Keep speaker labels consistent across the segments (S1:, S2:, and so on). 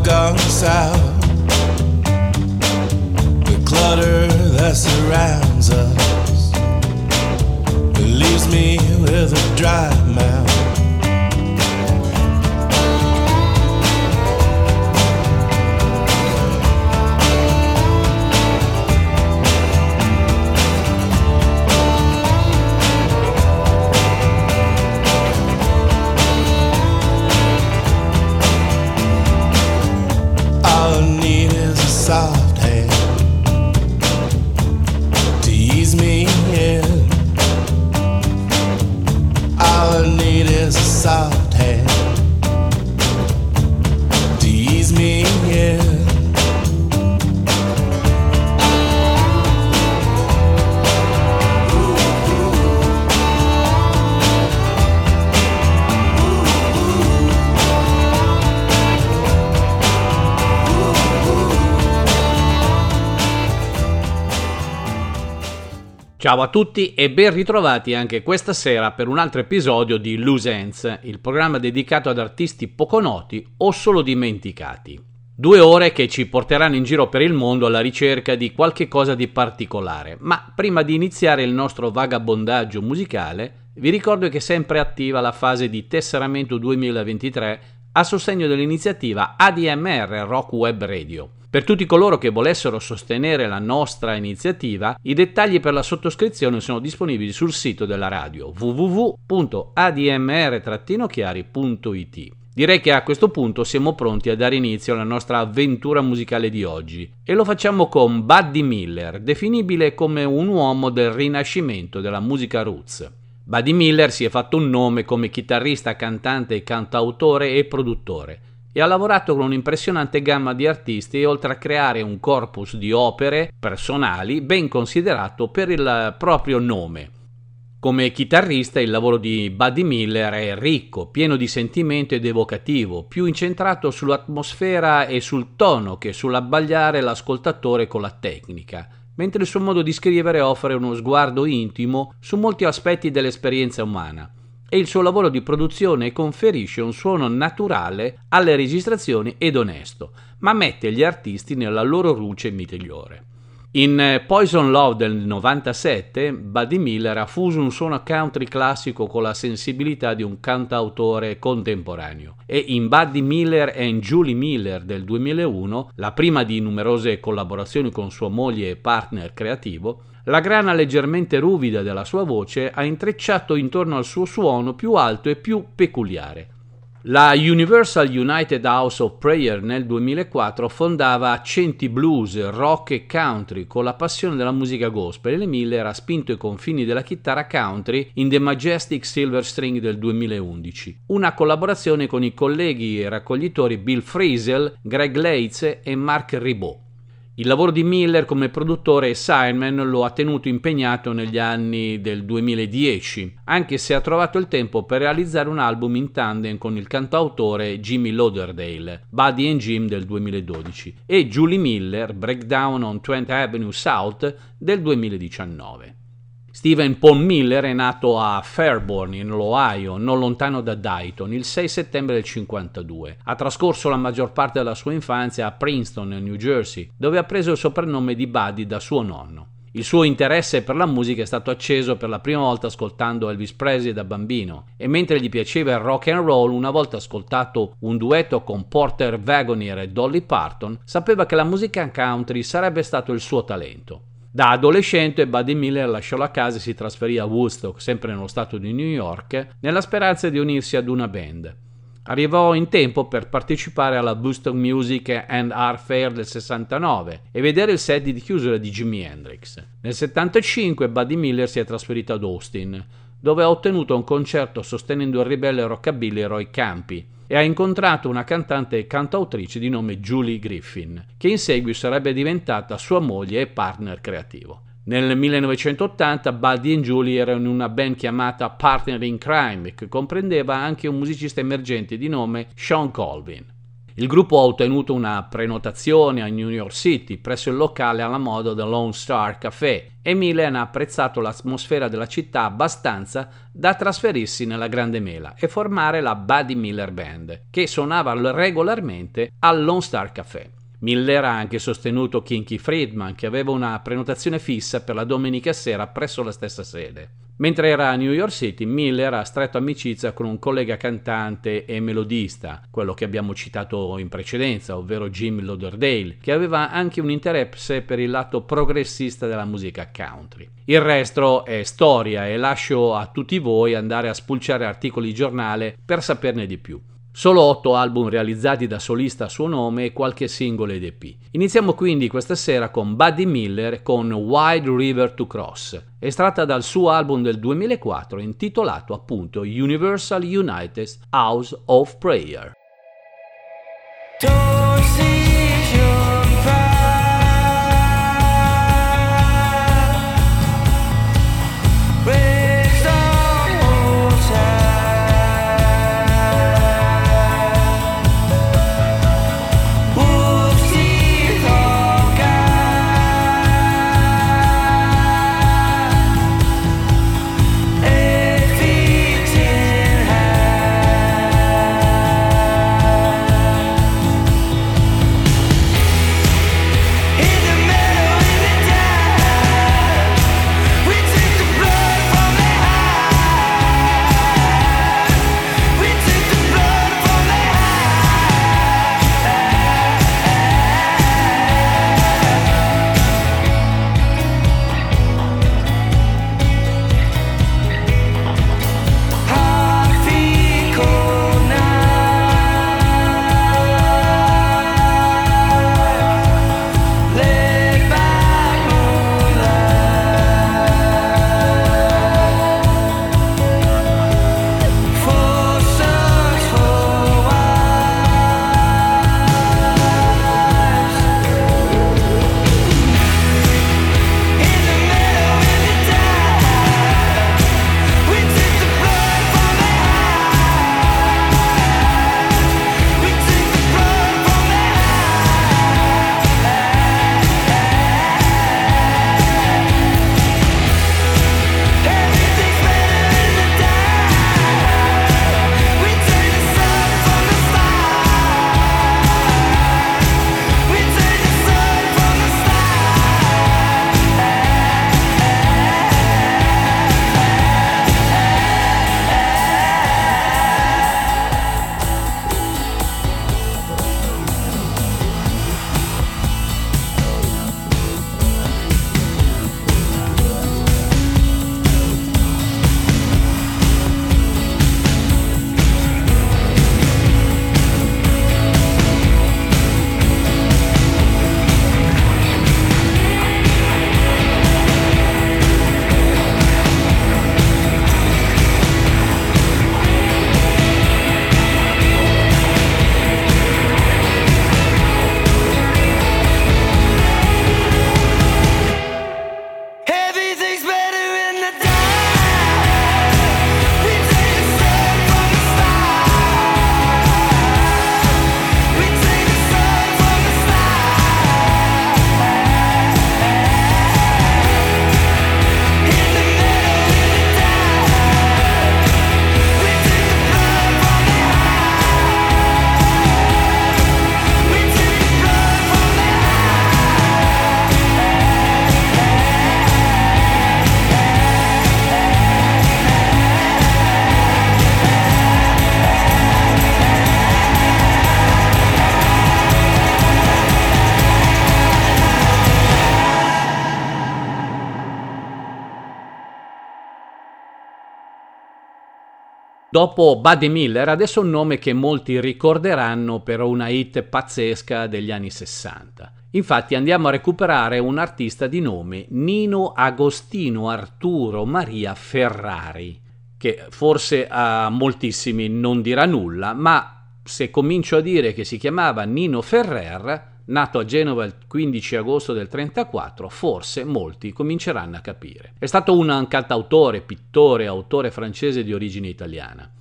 S1: gone south. The clutter that surrounds us, it leaves me with a dry mouth. Soft hand to ease me in. All I need is a soft hand to ease me in.
S2: Ciao a tutti e ben ritrovati anche questa sera per un altro episodio di Loose Ends, il programma dedicato ad artisti poco noti o solo dimenticati. 2 ore che ci porteranno in giro per il mondo alla ricerca di qualche cosa di particolare, ma prima di iniziare il nostro vagabondaggio musicale vi ricordo che è sempre attiva la fase di tesseramento 2023 a sostegno dell'iniziativa ADMR Rock Web Radio. Per tutti coloro che volessero sostenere la nostra iniziativa, i dettagli per la sottoscrizione sono disponibili sul sito della radio www.admr-chiari.it. Direi che a questo punto siamo pronti a dare inizio alla nostra avventura musicale di oggi e lo facciamo con Buddy Miller, definibile come un uomo del rinascimento della musica roots. Buddy Miller si è fatto un nome come chitarrista, cantante, cantautore e produttore e ha lavorato con un'impressionante gamma di artisti oltre a creare un corpus di opere personali ben considerato per il proprio nome. Come chitarrista il lavoro di Buddy Miller è ricco, pieno di sentimento ed evocativo, più incentrato sull'atmosfera e sul tono che sull'abbagliare l'ascoltatore con la tecnica, mentre il suo modo di scrivere offre uno sguardo intimo su molti aspetti dell'esperienza umana e il suo lavoro di produzione conferisce un suono naturale alle registrazioni ed onesto, ma mette gli artisti nella loro luce migliore. In Poison Love del 97, Buddy Miller ha fuso un suono country classico con la sensibilità di un cantautore contemporaneo e in Buddy Miller and Julie Miller del 2001, la prima di numerose collaborazioni con sua moglie e partner creativo, la grana leggermente ruvida della sua voce ha intrecciato intorno al suo suono più alto e più peculiare. La Universal United House of Prayer nel 2004 fondava accenti blues, rock e country con la passione della musica gospel e Miller ha spinto i confini della chitarra country in The Majestic Silver String del 2011, una collaborazione con i colleghi e raccoglitori Bill Frisell, Greg Leitz e Mark Ribot. Il lavoro di Miller come produttore e sideman lo ha tenuto impegnato negli anni del 2010, anche se ha trovato il tempo per realizzare un album in tandem con il cantautore Jimmy Lauderdale, Buddy and Jim del 2012, e Julie Miller, Breakdown on 20th Avenue South del 2019. Stephen Paul Miller è nato a Fairborn, in Ohio, non lontano da Dayton, il 6 settembre del 1952. Ha trascorso la maggior parte della sua infanzia a Princeton, New Jersey, dove ha preso il soprannome di Buddy da suo nonno. Il suo interesse per la musica è stato acceso per la prima volta ascoltando Elvis Presley da bambino e mentre gli piaceva il rock and roll, una volta ascoltato un duetto con Porter Wagoner e Dolly Parton, sapeva che la musica country sarebbe stato il suo talento. Da adolescente Buddy Miller lasciò la casa e si trasferì a Woodstock, sempre nello stato di New York, nella speranza di unirsi ad una band. Arrivò in tempo per partecipare alla Woodstock Music and Art Fair del 69 e vedere il set di chiusura di Jimi Hendrix. Nel 75 Buddy Miller si è trasferito ad Austin, dove ha ottenuto un concerto sostenendo il ribelle rockabilly Roy Campi e ha incontrato una cantante e cantautrice di nome Julie Griffin, che in seguito sarebbe diventata sua moglie e partner creativo. Nel 1980 Buddy e Julie erano in una band chiamata Partner in Crime, che comprendeva anche un musicista emergente di nome Sean Colvin. Il gruppo ha ottenuto una prenotazione a New York City presso il locale alla moda del Lone Star Café e Miller ha apprezzato l'atmosfera della città abbastanza da trasferirsi nella Grande Mela e formare la Buddy Miller Band, che suonava regolarmente al Lone Star Café. Miller ha anche sostenuto Kinky Friedman, che aveva una prenotazione fissa per la domenica sera presso la stessa sede. Mentre era a New York City, Miller ha stretto amicizia con un collega cantante e melodista, quello che abbiamo citato in precedenza, ovvero Jim Lauderdale, che aveva anche un interesse per il lato progressista della musica country. Il resto è storia e lascio a tutti voi andare a spulciare articoli di giornale per saperne di più. Solo 8 album realizzati da solista a suo nome e qualche singolo ed EP. Iniziamo quindi questa sera con Buddy Miller con Wide River to Cross, estratta dal suo album del 2004 intitolato appunto Universal United House of Prayer. Dopo Buddy Miller, adesso un nome che molti ricorderanno per una hit pazzesca degli anni 60. Infatti andiamo a recuperare un artista di nome Nino Agostino Arturo Maria Ferrari, che forse a moltissimi non dirà nulla, ma se comincio a dire che si chiamava Nino Ferrer, nato a Genova il 15 agosto del 1934, forse molti cominceranno a capire. È stato un cantautore, pittore, autore francese di origine italiana.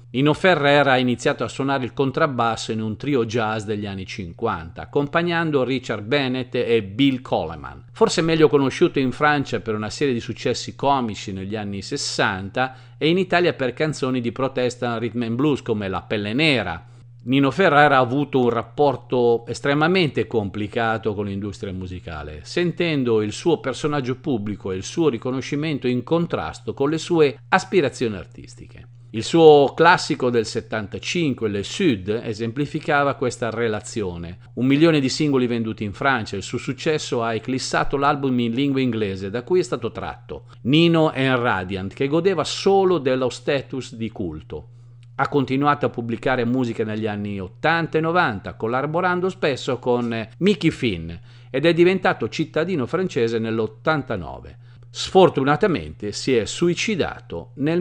S2: Nino Ferrer ha iniziato a suonare il contrabbasso in un trio jazz degli anni 50, accompagnando Richard Bennett e Bill Coleman. Forse meglio conosciuto in Francia per una serie di successi comici negli anni 60 e in Italia per canzoni di protesta rhythm and blues come La pelle nera. Nino Ferrer ha avuto un rapporto estremamente complicato con l'industria musicale, sentendo il suo personaggio pubblico e il suo riconoscimento in contrasto con le sue aspirazioni artistiche. Il suo classico del 75, Le Sud, esemplificava questa relazione. 1 milione di singoli venduti in Francia, il suo successo ha eclissato l'album in lingua inglese da cui è stato tratto, Nino and Radiant, che godeva solo dello status di culto. Ha continuato a pubblicare musica negli anni 80 e 90, collaborando spesso con Mickey Finn, ed è diventato cittadino francese nell'89. Sfortunatamente si è suicidato nel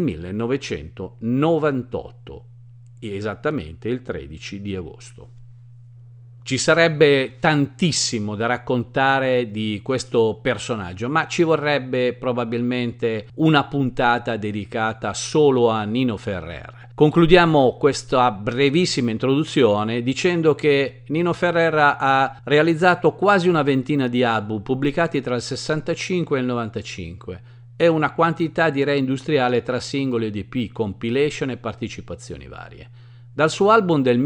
S2: 1998, esattamente il 13 di agosto. Ci sarebbe tantissimo da raccontare di questo personaggio, ma ci vorrebbe probabilmente una puntata dedicata solo a Nino Ferrer. Concludiamo questa brevissima introduzione dicendo che Nino Ferrer ha realizzato quasi una ventina di album pubblicati tra il 65 e il 95 e una quantità direi industriale tra singoli ed EP, compilation e partecipazioni varie. Dal suo album del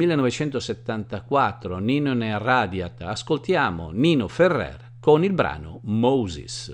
S2: 1974, Nino and Radiant, ascoltiamo Nino Ferrer con il brano Moses.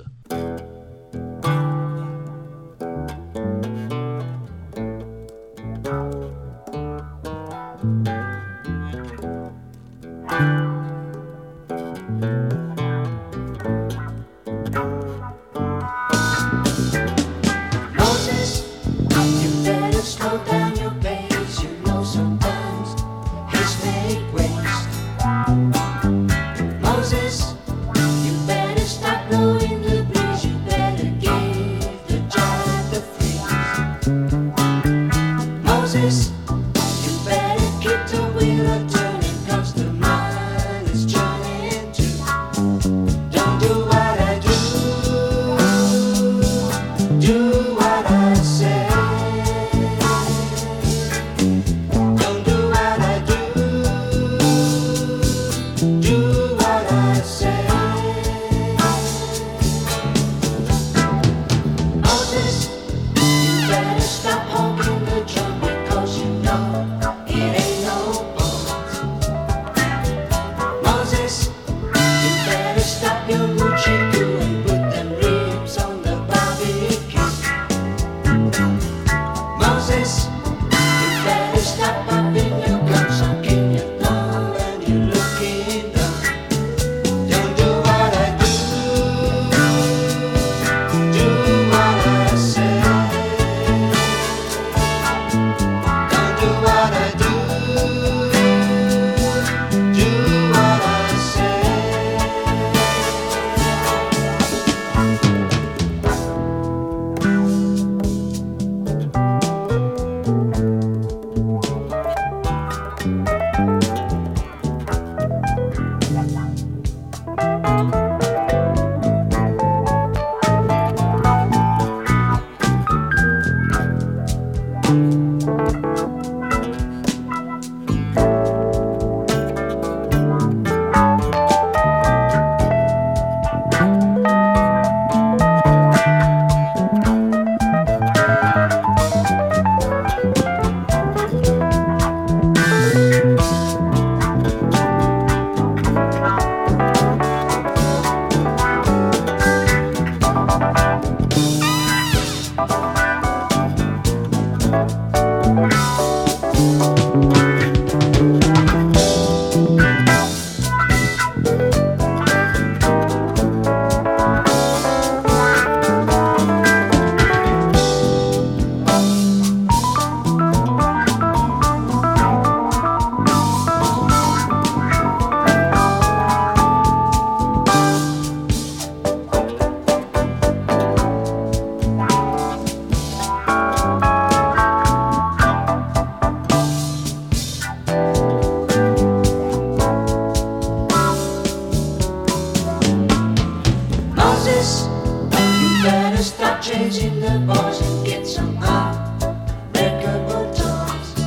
S3: Start changing the bars and get some unbreakable toys.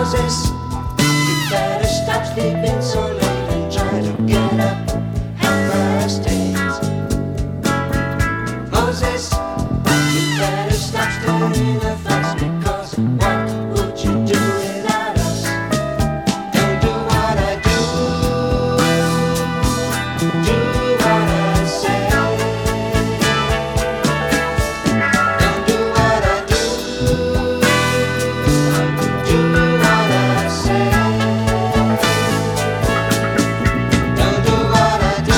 S3: Moses, you better stop sleeping so late and try to get up at first aid. Moses, you better stop stirring the fuss, because what would you do without us? Don't do what I do, do what I say. Don't do what I do, do what I say. Don't do what I do,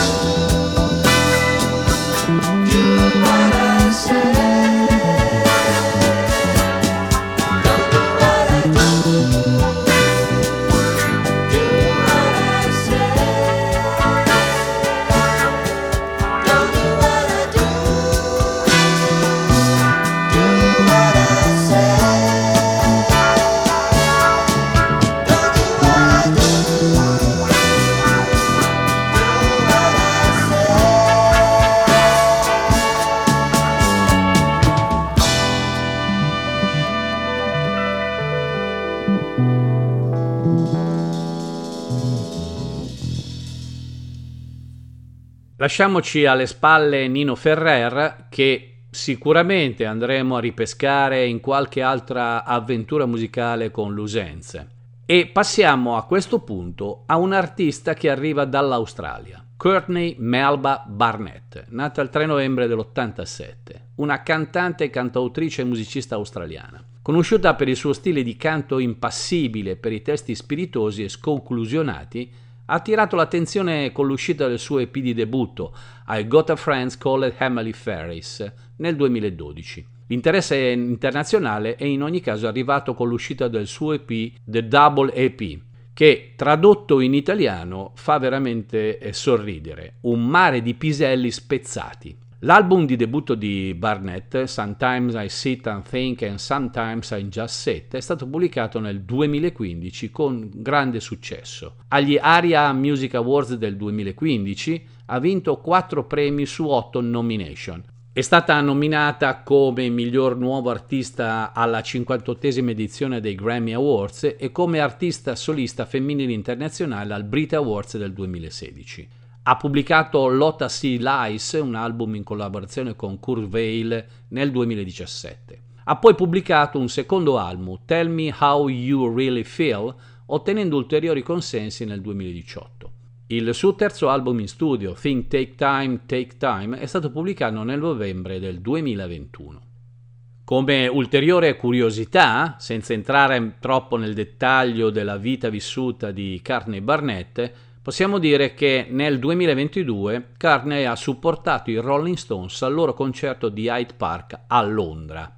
S3: do what I say. Don't do what I do, do what I say. Don't do what I do, do what I say. Don't do what I do, do what I
S2: Lasciamoci alle spalle Nino Ferrer, che sicuramente andremo a ripescare in qualche altra avventura musicale con l'Usenze. E passiamo a questo punto a un artista che arriva dall'Australia, Courtney Melba Barnett, nata il 3 novembre dell'87, una cantante e cantautrice e musicista australiana. Conosciuta per il suo stile di canto impassibile, per i testi spiritosi e sconclusionati, ha attirato l'attenzione con l'uscita del suo EP di debutto, I Got a Friend Called Emily Ferris, nel 2012. L'interesse internazionale è in ogni caso arrivato con l'uscita del suo EP, The Double EP, che tradotto in italiano fa veramente sorridere, un mare di piselli spezzati. L'album di debutto di Barnett, Sometimes I Sit and Think and Sometimes I Just Sit, è stato pubblicato nel 2015 con grande successo. Agli ARIA Music Awards del 2015 ha vinto 4 premi su 8 nomination. È stata nominata come miglior nuovo artista alla 58esima edizione dei Grammy Awards e come artista solista femminile internazionale al Brit Awards del 2016. Ha pubblicato Lotta Sea Lies, un album in collaborazione con Kurt Weill, nel 2017. Ha poi pubblicato un secondo album, Tell Me How You Really Feel, ottenendo ulteriori consensi nel 2018. Il suo terzo album in studio, Think Take Time, è stato pubblicato nel novembre del 2021. Come ulteriore curiosità, senza entrare troppo nel dettaglio della vita vissuta di Courtney Barnett, possiamo dire che nel 2022 Courtney ha supportato i Rolling Stones al loro concerto di Hyde Park a Londra.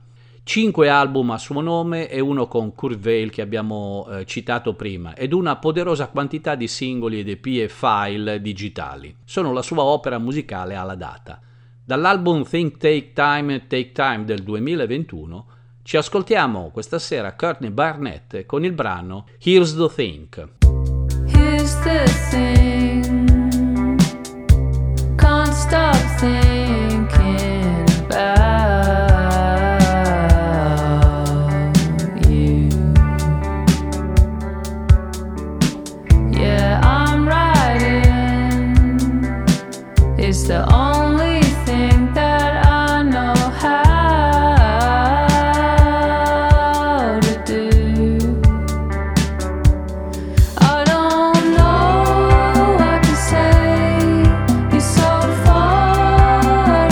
S2: 5 album a suo nome e uno con Kurt Weill che abbiamo citato prima, ed una poderosa quantità di singoli ed EP e file digitali. Sono la sua opera musicale alla data. Dall'album Think Take Time del 2021 ci ascoltiamo questa sera Courtney Barnett con il brano Here's the Thing.
S4: Here's the thing, can't stop thinking about you. Yeah, I'm writing, it's the only thing that I know how to do. I don't know what to say, you're so far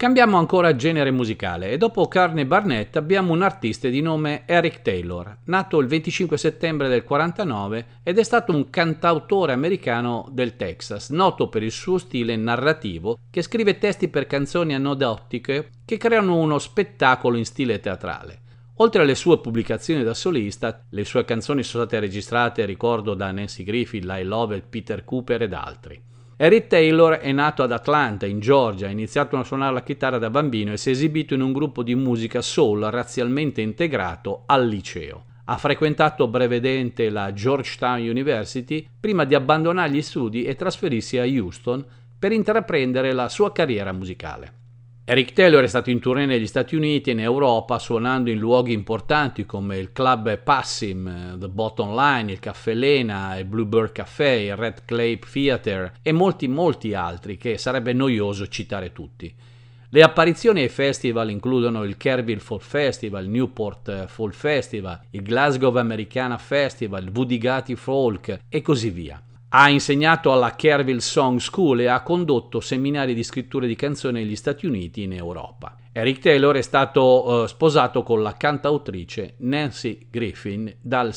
S2: Cambiamo ancora genere musicale e dopo Kearney Barnett abbiamo un artista di nome Eric Taylor, nato il 25 settembre del 49 ed è stato un cantautore americano del Texas, noto per il suo stile narrativo che scrive testi per canzoni aneddotiche che creano uno spettacolo in stile teatrale. Oltre alle sue pubblicazioni da solista, le sue canzoni sono state registrate, ricordo, da Nancy Griffith, Lyle Lovett, Peter Cooper ed altri. Eric Taylor è nato ad Atlanta, in Georgia, ha iniziato a suonare la chitarra da bambino e si è esibito in un gruppo di musica soul razzialmente integrato al liceo. Ha frequentato brevemente la Georgetown University prima di abbandonare gli studi e trasferirsi a Houston per intraprendere la sua carriera musicale. Eric Taylor è stato in tournée negli Stati Uniti e in Europa, suonando in luoghi importanti come il Club Passim, The Bottom Line, il Caffè Lena, il Bluebird Café, il Red Clay Theatre e molti altri che sarebbe noioso citare tutti. Le apparizioni ai festival includono il Kerrville Folk Festival, il Newport Folk Festival, il Glasgow Americana Festival, il Vudigati Folk e così via. Ha insegnato alla Kerrville Song School e ha condotto seminari di scrittura di canzoni negli Stati Uniti e in Europa. Eric Taylor è stato sposato con la cantautrice Nancy Griffith dal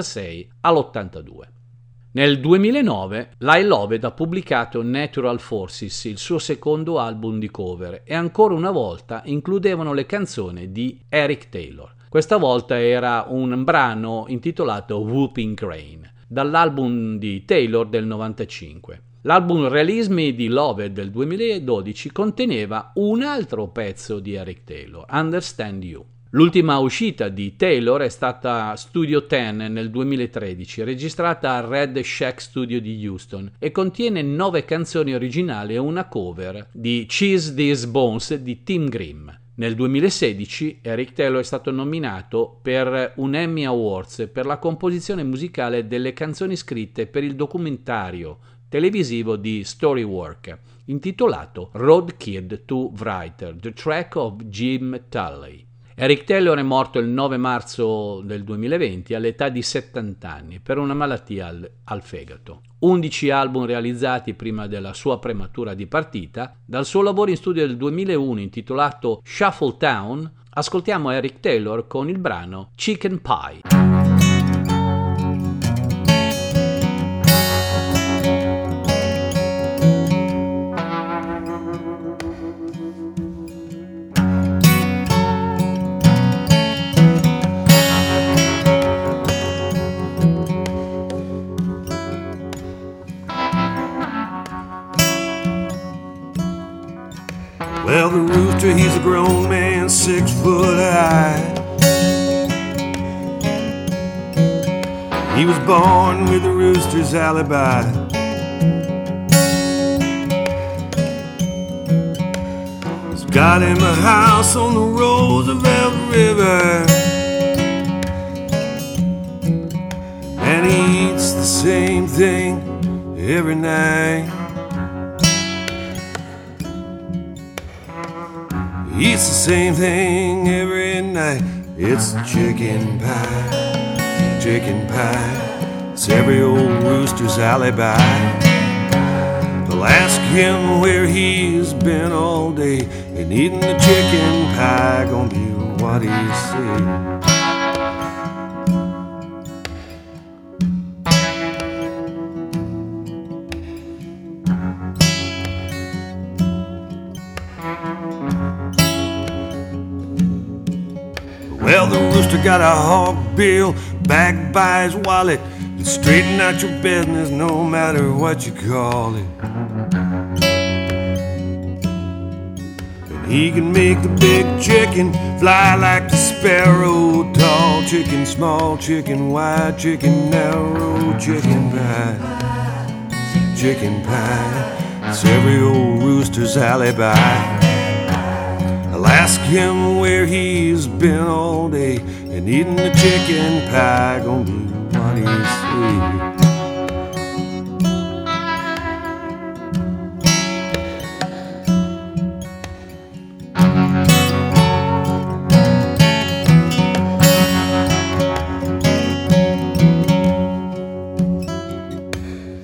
S2: 76 all'82. Nel 2009 Lyle Lovett ha pubblicato Natural Forces, il suo secondo album di cover, e ancora una volta includevano le canzoni di Eric Taylor. Questa volta era un brano intitolato Whooping Crane, dall'album di Taylor del 95. L'album Release Me di Lovett del 2012 conteneva un altro pezzo di Eric Taylor, Understand You. L'ultima uscita di Taylor è stata Studio 10 nel 2013, registrata al Red Shack Studio di Houston, e contiene 9 canzoni originali e una cover di Cheese These Bones di Tim Grimm. Nel 2016 Eric Taylor è stato nominato per un Emmy Awards per la composizione musicale delle canzoni scritte per il documentario televisivo di Storywork, intitolato Roadkid to Writer, The Track of Jim Tully. Eric Taylor è morto il 9 marzo del 2020 all'età di 70 anni per una malattia al fegato. 11 album realizzati prima della sua prematura dipartita. Dal suo lavoro in studio del 2001 intitolato Shuffle Town ascoltiamo Eric Taylor con il brano Chicken Pie.
S5: Well, the rooster, he's a grown man, 6 foot high. He was born with a rooster's alibi. He's got him a house on the Roosevelt River, and he eats the same thing every night. Eats the same thing every night. It's chicken pie, chicken pie. It's every old rooster's alibi. They'll ask him where he's been all day, and eating the chicken pie gonna be what he say. Well, the rooster got a hog bill backed by his wallet. He'll straighten out your business no matter what you call it. And he can make the big chicken fly like the sparrow. Tall chicken, small chicken, wide chicken, narrow chicken pie. Chicken pie, it's every old rooster's alibi. I'll ask him where he's been all day, and eating the chicken pie gonna be what he say.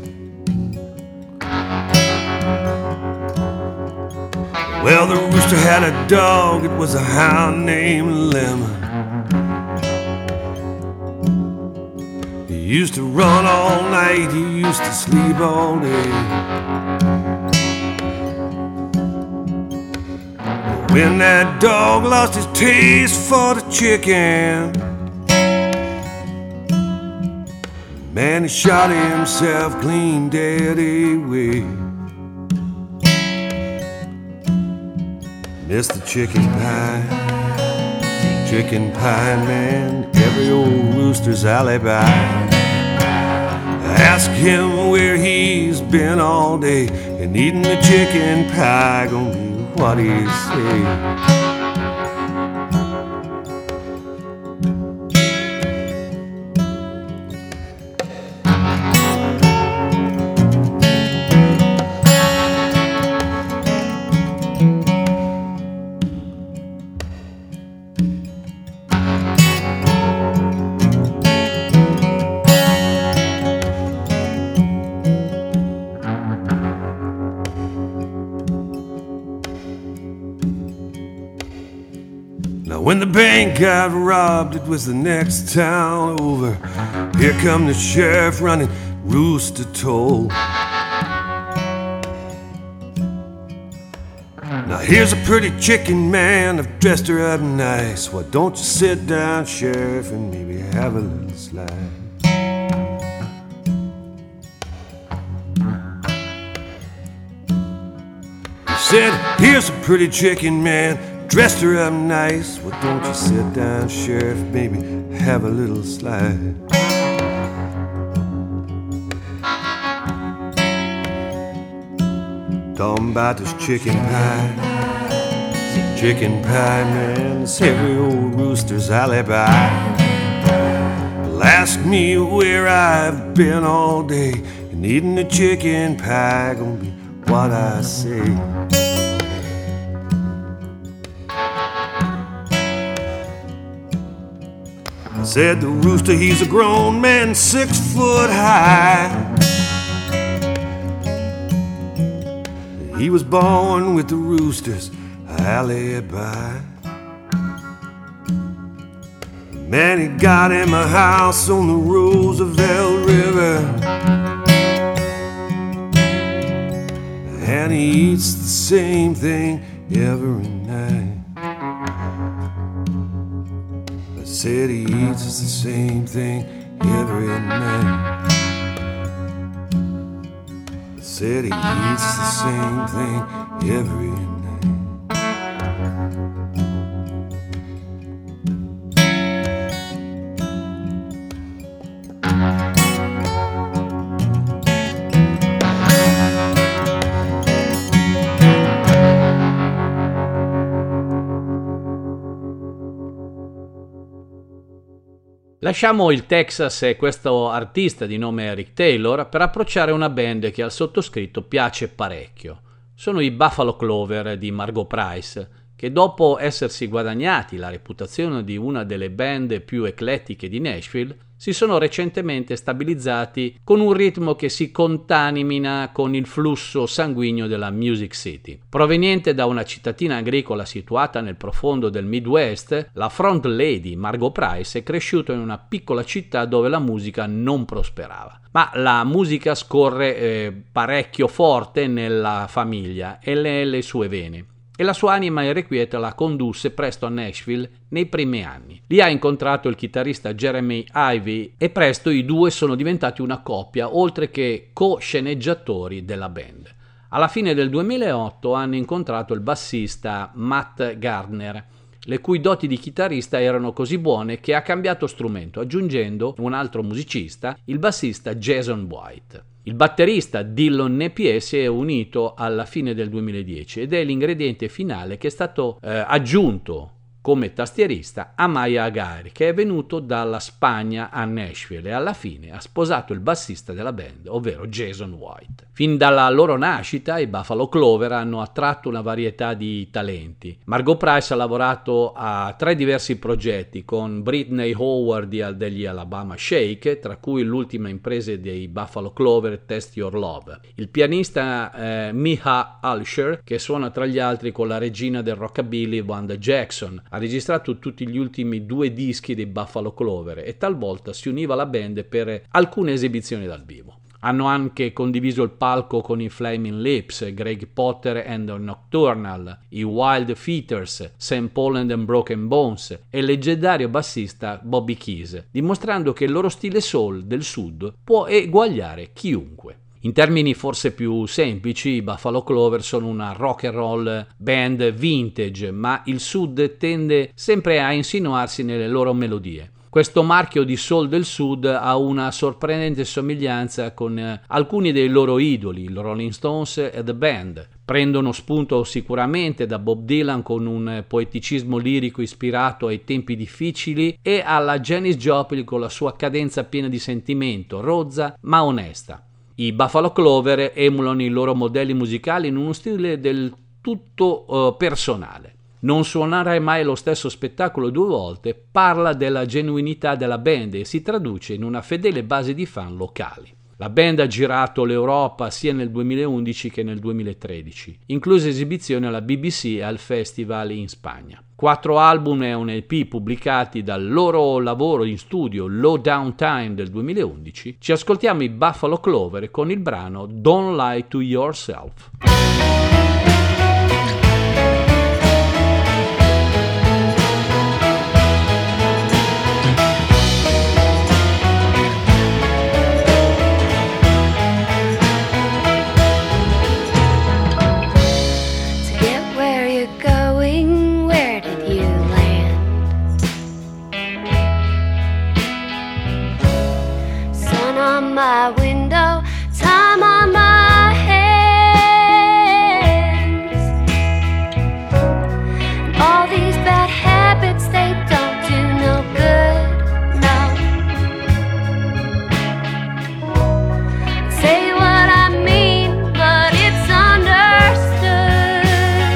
S5: Well, the rooster dog, it was a hound named Lemon. He used to run all night, he used to sleep all day. When that dog lost his taste for the chicken, man, he shot himself clean dead away. Mr. Chicken pie man, every old rooster's alibi. Ask him where he's been all day, and eating the chicken pie gonna be what he say. When the bank got robbed, it was the next town over. Here come the sheriff running rooster toll. Now here's a pretty chicken, man, I've dressed her up nice. Why don't you sit down, sheriff, and maybe have a little slide? He said, here's a pretty chicken, man, dressed her up nice. Well, don't you sit down, sheriff, baby, have a little slide. Talking about this chicken pie man, it's every old rooster's alibi. Well, ask me where I've been all day, and eating the chicken pie gonna be what I say. Said the rooster, he's a grown man, 6 foot high. He was born with the rooster's alibi. Man, he got him a house on the Roosevelt River, and he eats the same thing every night. Said he eats the same thing every night. Said he eats the same thing every night.
S2: Lasciamo il Texas e questo artista di nome Rick Taylor per approcciare una band che al sottoscritto piace parecchio. Sono i Buffalo Clover di Margo Price, che dopo essersi guadagnati la reputazione di una delle band più eclettiche di Nashville, si sono recentemente stabilizzati con un ritmo che si contamina con il flusso sanguigno della Music City. Proveniente da una cittadina agricola situata nel profondo del Midwest, la front lady Margo Price è cresciuta in una piccola città dove la musica non prosperava. Ma la musica scorre parecchio forte nella famiglia e nelle sue vene. E la sua anima irrequieta la condusse presto a Nashville nei primi anni. Lì ha incontrato il chitarrista Jeremy Ivey e presto i due sono diventati una coppia, oltre che co-sceneggiatori della band. Alla fine del 2008 hanno incontrato il bassista Matt Gardner, le cui doti di chitarrista erano così buone che ha cambiato strumento, aggiungendo un altro musicista, il bassista Jason White. Il batterista Dillon Napier si è unito alla fine del 2010 ed è l'ingrediente finale che è stato aggiunto come tastierista Amaya Agari, che è venuto dalla Spagna a Nashville e alla fine ha sposato il bassista della band, ovvero Jason White. Fin dalla loro nascita i Buffalo Clover hanno attratto una varietà di talenti. Margot Price ha lavorato a 3 diversi progetti con Britney Howard degli Alabama Shake, tra cui l'ultima impresa dei Buffalo Clover, Test Your Love. Il pianista Miha Alsher, che suona tra gli altri con la regina del rockabilly Wanda Jackson, ha registrato tutti gli ultimi 2 dischi dei Buffalo Clover e talvolta si univa alla band per alcune esibizioni dal vivo. Hanno anche condiviso il palco con i Flaming Lips, Greg Potter and the Nocturnal, i Wild Featers, St. Paul and the Broken Bones e il leggendario bassista Bobby Keys, dimostrando che il loro stile soul del sud può eguagliare chiunque. In termini forse più semplici, i Buffalo Clover sono una rock and roll band vintage, ma il sud tende sempre a insinuarsi nelle loro melodie. Questo marchio di soul del sud ha una sorprendente somiglianza con alcuni dei loro idoli, il Rolling Stones e The Band. Prendono spunto sicuramente da Bob Dylan con un poeticismo lirico ispirato ai tempi difficili e alla Janis Joplin con la sua cadenza piena di sentimento, rozza ma onesta. I Buffalo Clover emulano i loro modelli musicali in uno stile del tutto personale. Non suonare mai lo stesso spettacolo 2 volte parla della genuinità della band e si traduce in una fedele base di fan locali. La band ha girato l'Europa sia nel 2011 che nel 2013, incluse esibizioni alla BBC e al festival in Spagna. 4 album e un EP pubblicati dal loro lavoro in studio Low Down Time del 2011, ci ascoltiamo i Buffalo Clover con il brano Don't Lie to Yourself.
S6: My window, time on my hands, and all these bad habits, they don't do no good, no. Say what I mean, but it's understood.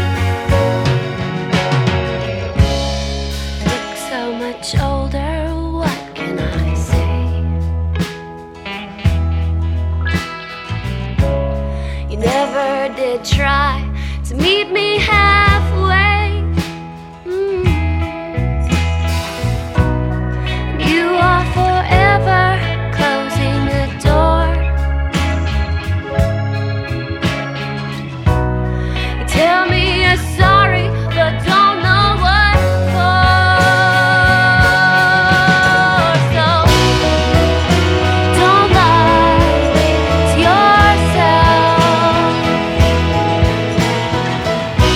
S6: Look so much older, what can I say? Never did try to meet me halfway. You are forever closing the door. You tell me you're sorry, but don't know what for. So don't lie to yourself.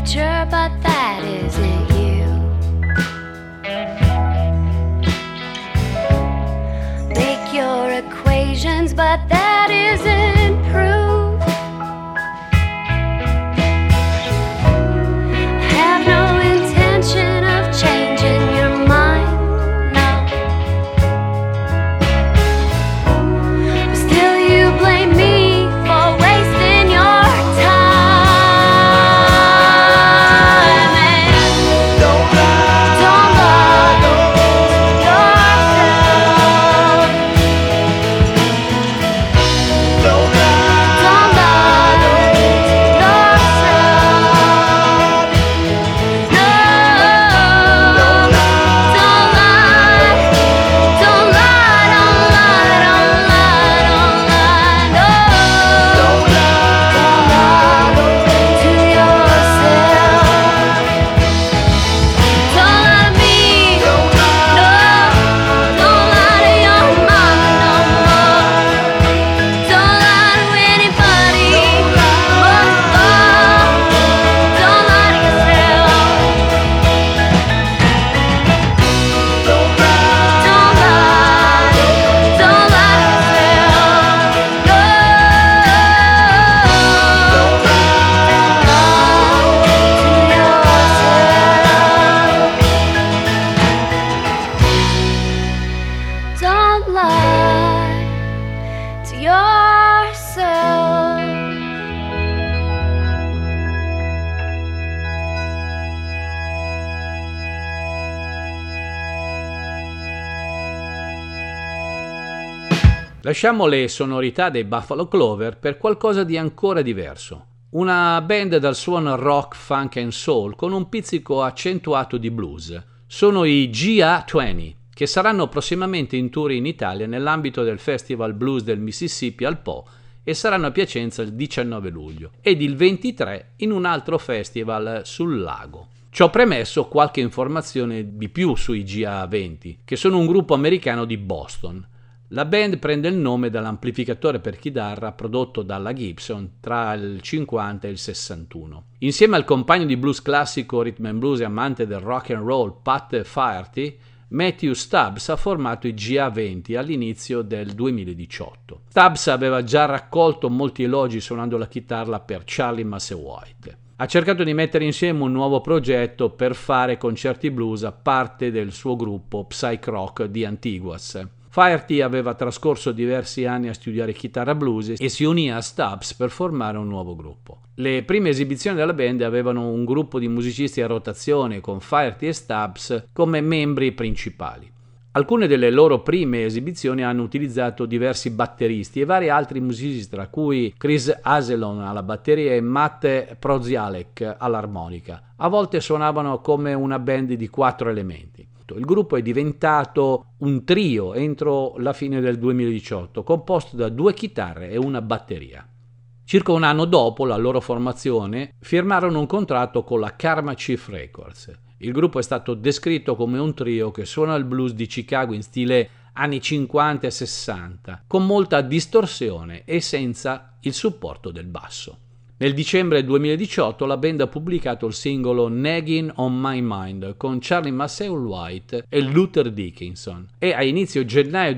S6: future, but that isn't you. Make your equations, but that isn't proof. Have no intention of changing your mind, no. Still you blame me for wasting your time. And don't lie to yourself. Don't lie to yourself. No, don't lie, don't lie, don't lie, don't lie, don't lie, no, don't lie to yourself. Don't lie to me, no, don't lie to your mama no more. Don't lie to anybody, don't lie to yourself. Don't lie to yourself. No, don't lie to yourself.
S2: Lasciamo le sonorità dei Buffalo Clover per qualcosa di ancora diverso. Una band dal suono rock, funk and soul con un pizzico accentuato di blues. Sono i GA20, che saranno prossimamente in tour in Italia nell'ambito del Festival Blues del Mississippi al Po e saranno a Piacenza il 19 luglio ed il 23 in un altro festival sul lago. Ciò premesso, qualche informazione di più sui GA20, che sono un gruppo americano di Boston. La band prende il nome dall'amplificatore per chitarra prodotto dalla Gibson tra il 50 e il 61. Insieme al compagno di blues classico, rhythm and blues e amante del rock and roll Pat Faherty, Matthew Stubbs ha formato i GA20 all'inizio del 2018. Stubbs aveva già raccolto molti elogi suonando la chitarra per Charlie Musselwhite. Ha cercato di mettere insieme un nuovo progetto per fare concerti blues a parte del suo gruppo psych rock di Antiguas. Faherty aveva trascorso diversi anni a studiare chitarra blues e si unì a Stubbs per formare un nuovo gruppo. Le prime esibizioni della band avevano un gruppo di musicisti a rotazione con Faherty e Stubbs come membri principali. Alcune delle loro prime esibizioni hanno utilizzato diversi batteristi e vari altri musicisti, tra cui Chris Aselon alla batteria e Matt Prozialek all'armonica. A volte suonavano come una band di 4 elementi. Il gruppo è diventato un trio entro la fine del 2018, composto da 2 chitarre e una batteria. Circa un anno dopo la loro formazione, firmarono un contratto con la Karma Chief Records. Il gruppo è stato descritto come un trio che suona il blues di Chicago in stile anni 50 e 60, con molta distorsione e senza il supporto del basso. Nel dicembre 2018 la band ha pubblicato il singolo Nagging on My Mind con Charlie Musselwhite e Luther Dickinson e a inizio gennaio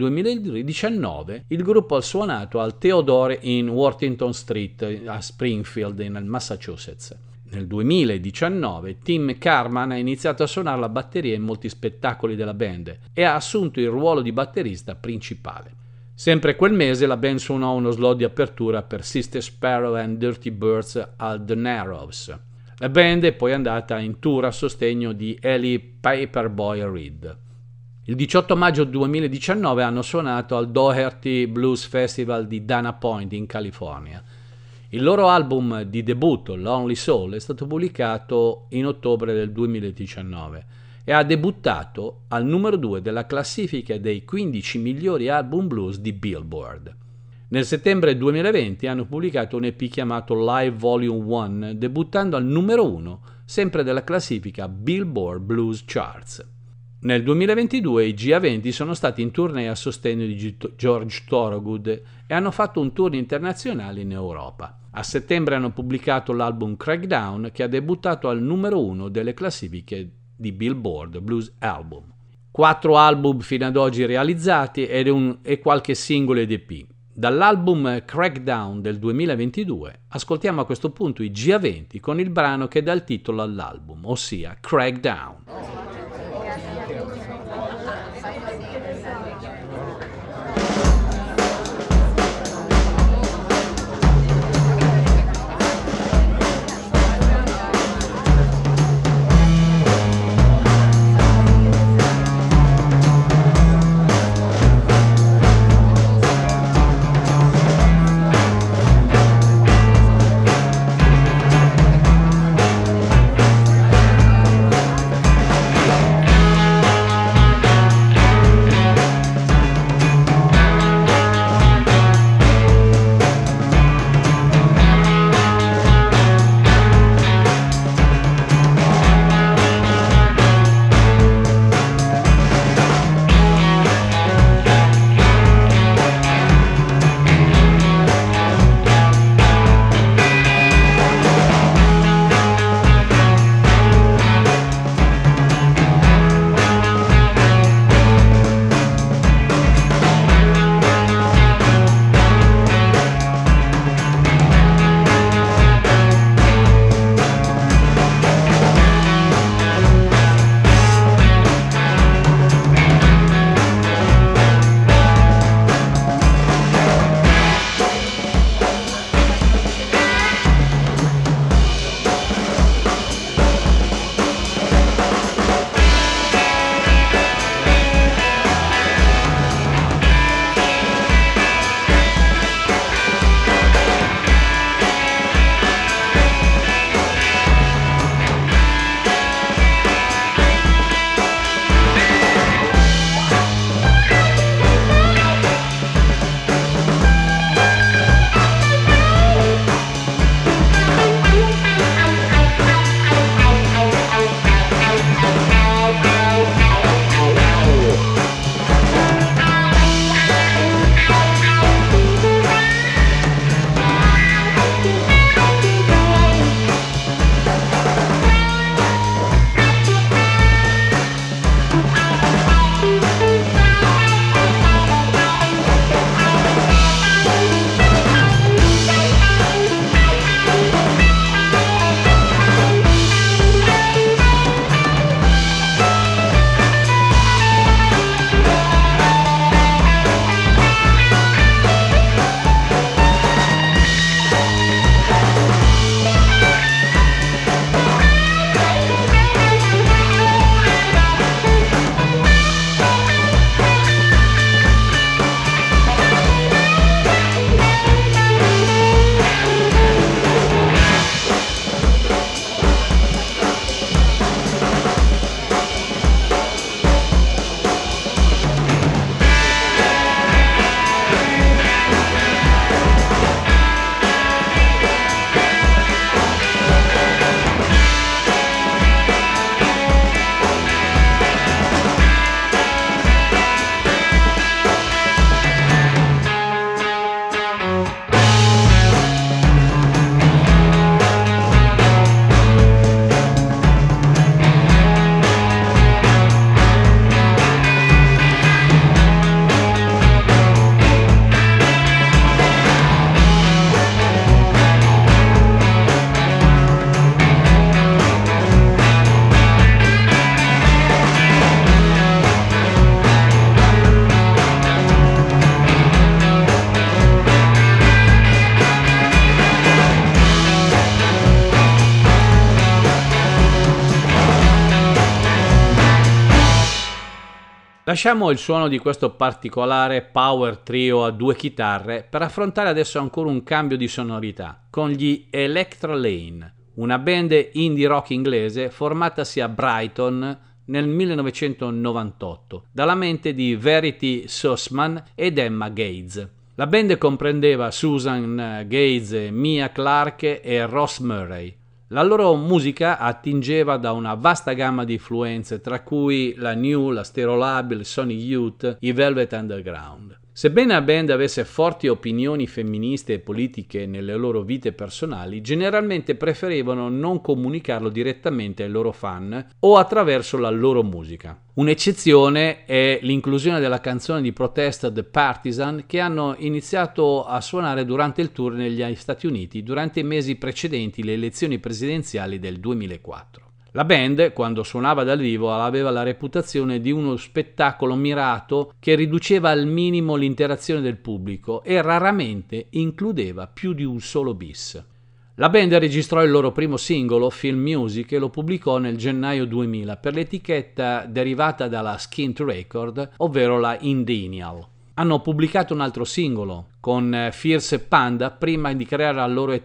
S2: 2019 il gruppo ha suonato al Theodore in Worthington Street a Springfield nel Massachusetts. Nel 2019 Tim Carman ha iniziato a suonare la batteria in molti spettacoli della band e ha assunto il ruolo di batterista principale. Sempre quel mese la band suonò uno slot di apertura per Sister Sparrow and Dirty Birds al The Narrows. La band è poi andata in tour a sostegno di Ellie Paperboy Reed. Il 18 maggio 2019 hanno suonato al Doherty Blues Festival di Dana Point in California. Il loro album di debutto, Lonely Soul, è stato pubblicato in ottobre del 2019 e ha debuttato al numero 2 della classifica dei 15 migliori album blues di Billboard. Nel settembre 2020 hanno pubblicato un EP chiamato Live Volume 1, debuttando al numero 1 sempre della classifica Billboard Blues Charts. Nel 2022 i GA20 sono stati in tournée a sostegno di George Thorogood e hanno fatto un tour internazionale in Europa. A settembre hanno pubblicato l'album Crackdown, che ha debuttato al numero 1 delle classifiche di Billboard Blues Album. 4 album fino ad oggi realizzati e qualche singolo ed EP. Dall'album Crackdown del 2022 ascoltiamo a questo punto i G20 con il brano che dà il titolo all'album, ossia Crackdown. Lasciamo il suono di questo particolare power trio a 2 chitarre per affrontare adesso ancora un cambio di sonorità con gli Electra Lane, una band indie rock inglese formatasi a Brighton nel 1998 dalla mente di Verity Sussman ed Emma Gates. La band comprendeva Susan Gates, Mia Clark e Ross Murray. La loro musica attingeva da una vasta gamma di influenze, tra cui la New, la Stereolab, il Sonic Youth, i Velvet Underground. Sebbene la band avesse forti opinioni femministe e politiche nelle loro vite personali, generalmente preferivano non comunicarlo direttamente ai loro fan o attraverso la loro musica. Un'eccezione è l'inclusione della canzone di protesta The Partisan, che hanno iniziato a suonare durante il tour negli Stati Uniti durante i mesi precedenti le elezioni presidenziali del 2004. La band, quando suonava dal vivo, aveva la reputazione di uno spettacolo mirato che riduceva al minimo l'interazione del pubblico e raramente includeva più di un solo bis. La band registrò il loro primo singolo, Film Music, e lo pubblicò nel gennaio 2000 per l'etichetta derivata dalla Skint Record, ovvero la Indenial. Hanno pubblicato un altro singolo con Fierce Panda prima di creare la loro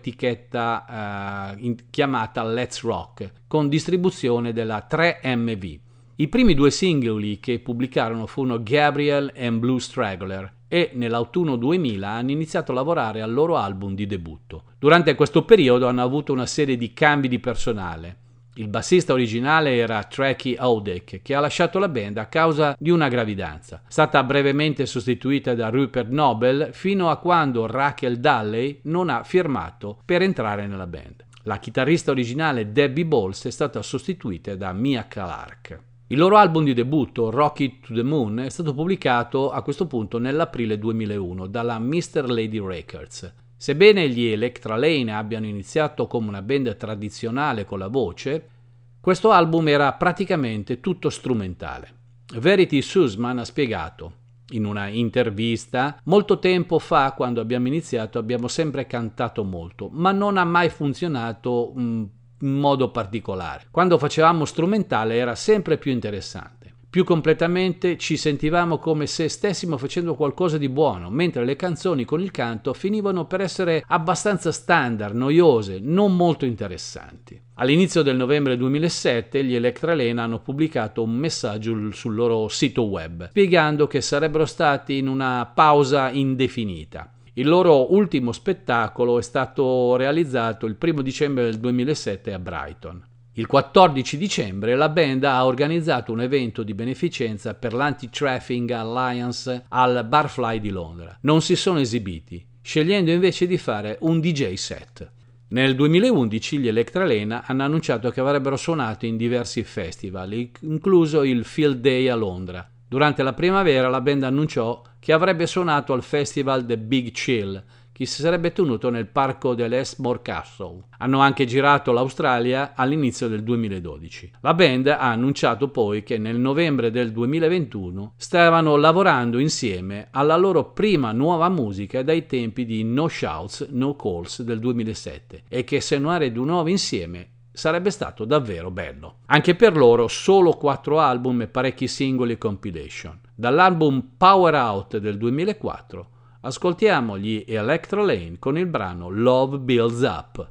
S2: etichetta chiamata Let's Rock, con distribuzione della 3MV. I primi due singoli che pubblicarono furono Gabriel e Blue Straggler e nell'autunno 2000 hanno iniziato a lavorare al loro album di debutto. Durante questo periodo hanno avuto una serie di cambi di personale. Il bassista originale era Tracy Oudek, che ha lasciato la band a causa di una gravidanza. È stata brevemente sostituita da Rupert Nobel fino a quando Rachel Dalley non ha firmato per entrare nella band. La chitarrista originale Debbie Bowles è stata sostituita da Mia Clark. Il loro album di debutto, Rocket to the Moon, è stato pubblicato a questo punto nell'aprile 2001 dalla Mr. Lady Records. Sebbene gli Electra Lane abbiano iniziato come una band tradizionale con la voce, questo album era praticamente tutto strumentale. Verity Sussman ha spiegato in una intervista: molto tempo fa, quando abbiamo iniziato, abbiamo sempre cantato molto, ma non ha mai funzionato in modo particolare. Quando facevamo strumentale era sempre più interessante. Più completamente ci sentivamo come se stessimo facendo qualcosa di buono, mentre le canzoni con il canto finivano per essere abbastanza standard, noiose, non molto interessanti. All'inizio del novembre 2007 gli Electra Lane hanno pubblicato un messaggio sul loro sito web, spiegando che sarebbero stati in una pausa indefinita. Il loro ultimo spettacolo è stato realizzato il 1 dicembre del 2007 a Brighton. Il 14 dicembre la band ha organizzato un evento di beneficenza per l'Anti-Trafficking Alliance al Barfly di Londra. Non si sono esibiti, scegliendo invece di fare un DJ set. Nel 2011 gli Electra Lane hanno annunciato che avrebbero suonato in diversi festival, incluso il Field Day a Londra. Durante la primavera la band annunciò che avrebbe suonato al festival The Big Chill, che si sarebbe tenuto nel parco dell'Esmore Castle. Hanno anche girato l'Australia all'inizio del 2012. La band ha annunciato poi che nel novembre del 2021 stavano lavorando insieme alla loro prima nuova musica dai tempi di No Shouts, No Calls del 2007 e che suonare di nuovo insieme sarebbe stato davvero bello. Anche per loro solo 4 album e parecchi singoli e compilation. Dall'album Power Out del 2004 ascoltiamo gli Electra Lane con il brano Love Builds Up.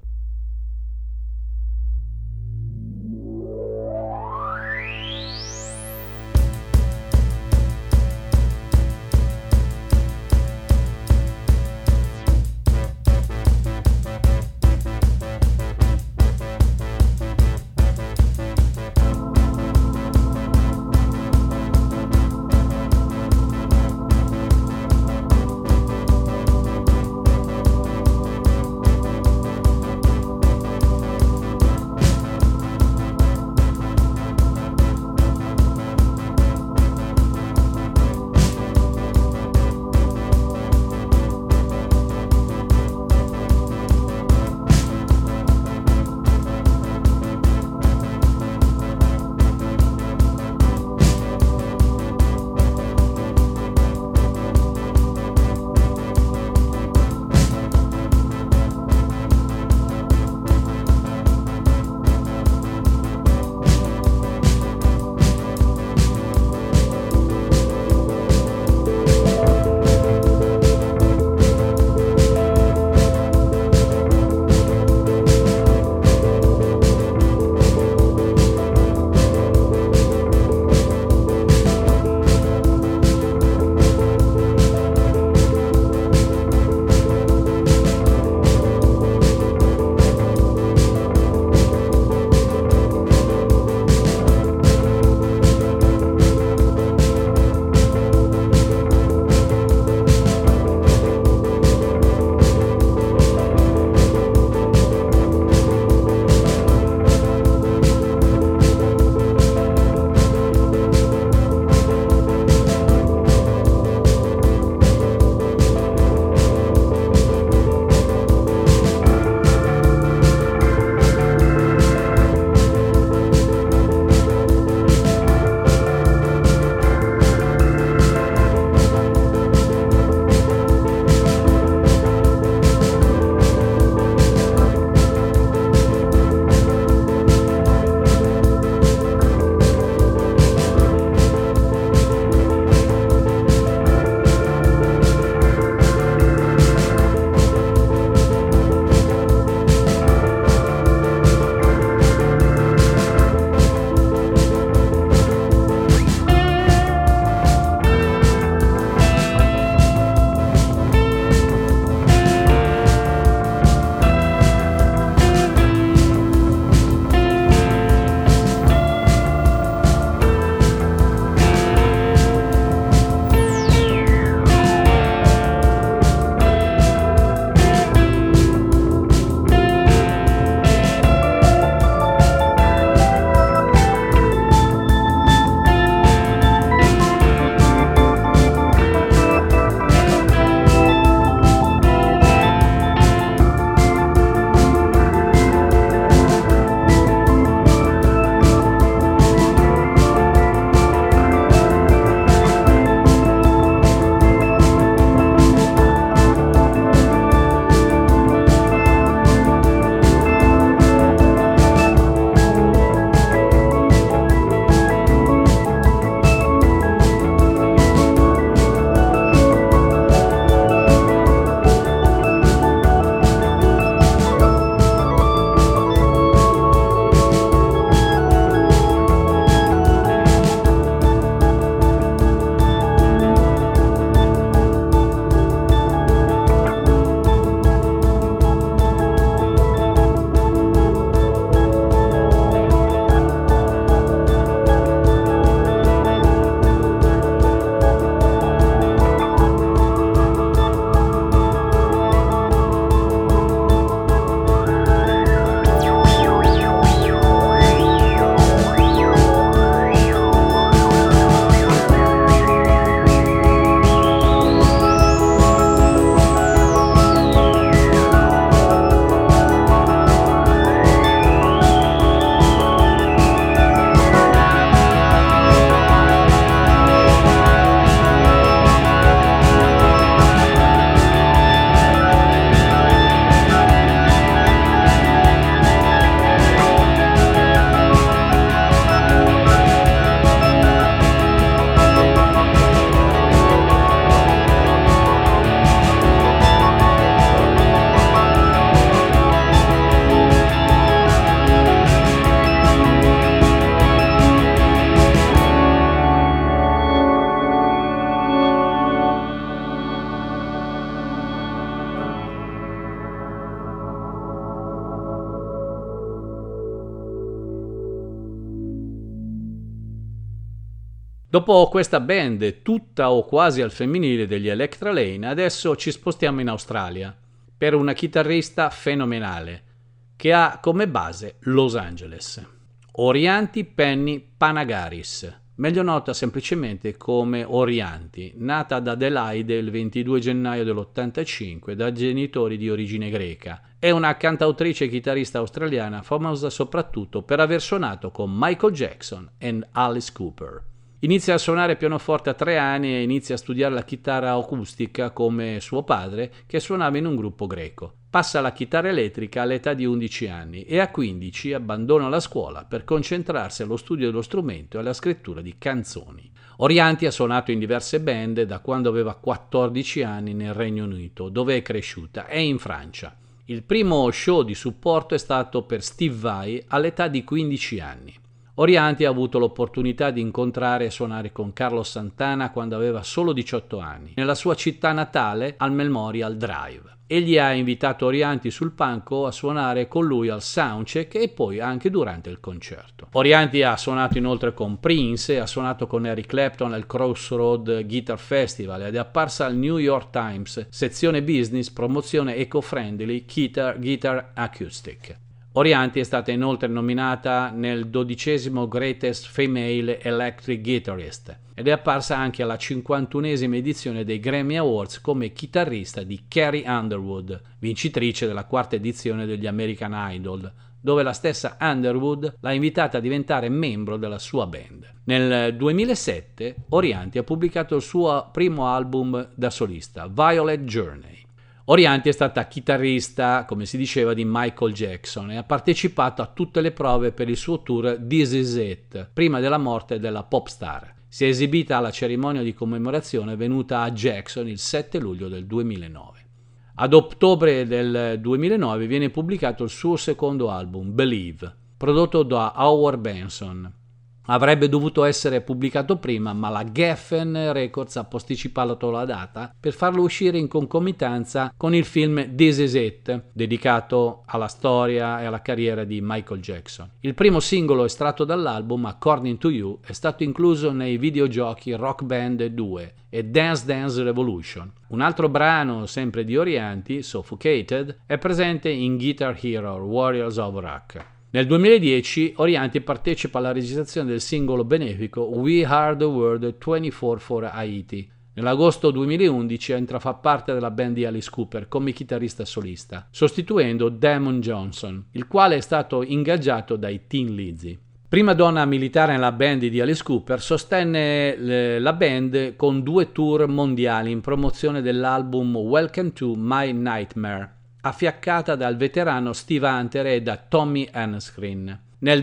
S2: Dopo questa band tutta o quasi al femminile degli Electra Lane, adesso ci spostiamo in Australia per una chitarrista fenomenale che ha come base Los Angeles. Orianti Penny Panagaris, meglio nota semplicemente come Orianti, nata ad Adelaide il 22 gennaio dell'85 da genitori di origine greca. È una cantautrice e chitarrista australiana famosa soprattutto per aver suonato con Michael Jackson e Alice Cooper. Inizia a suonare pianoforte a 3 anni e inizia a studiare la chitarra acustica come suo padre, che suonava in un gruppo greco. Passa alla chitarra elettrica all'età di 11 anni e a 15 abbandona la scuola per concentrarsi allo studio dello strumento e alla scrittura di canzoni. Orianti ha suonato in diverse band da quando aveva 14 anni nel Regno Unito, dove è cresciuta, e in Francia. Il primo show di supporto è stato per Steve Vai all'età di 15 anni. Orianti ha avuto l'opportunità di incontrare e suonare con Carlos Santana quando aveva solo 18 anni, nella sua città natale al Memorial Drive. Egli ha invitato Orianti sul palco a suonare con lui al soundcheck e poi anche durante il concerto. Orianti ha suonato inoltre con Prince e ha suonato con Eric Clapton al Crossroad Guitar Festival ed è apparsa al New York Times, sezione business, promozione eco-friendly Guitar Acoustic. Orianti è stata inoltre nominata nel 12° Greatest Female Electric Guitarist ed è apparsa anche alla 51esima edizione dei Grammy Awards come chitarrista di Carrie Underwood, vincitrice della 4ª edizione degli American Idol, dove la stessa Underwood l'ha invitata a diventare membro della sua band. Nel 2007 Orianti ha pubblicato il suo primo album da solista, Violet Journey. Orianti è stata chitarrista, come si diceva, di Michael Jackson e ha partecipato a tutte le prove per il suo tour This Is It, prima della morte della pop star. Si è esibita alla cerimonia di commemorazione venuta a Jackson il 7 luglio del 2009. Ad ottobre del 2009 viene pubblicato il suo secondo album, Believe, prodotto da Howard Benson. Avrebbe dovuto essere pubblicato prima, ma la Geffen Records ha posticipato la data per farlo uscire in concomitanza con il film This Is It, dedicato alla storia e alla carriera di Michael Jackson. Il primo singolo estratto dall'album, According to You, è stato incluso nei videogiochi Rock Band 2 e Dance Dance Revolution. Un altro brano, sempre di Orianti, Suffocated, è presente in Guitar Hero Warriors of Rock. Nel 2010 Orianti partecipa alla registrazione del singolo benefico We Are the World 24 for Haiti. Nell'agosto 2011 entra a far parte della band di Alice Cooper come chitarrista solista, sostituendo Damon Johnson, il quale è stato ingaggiato dai Thin Lizzy. Prima donna a militare nella band di Alice Cooper, sostenne la band con 2 tour mondiali in promozione dell'album Welcome to My Nightmare, affiancata dal veterano Steve Hunter e da Tommy Henskrin. Nel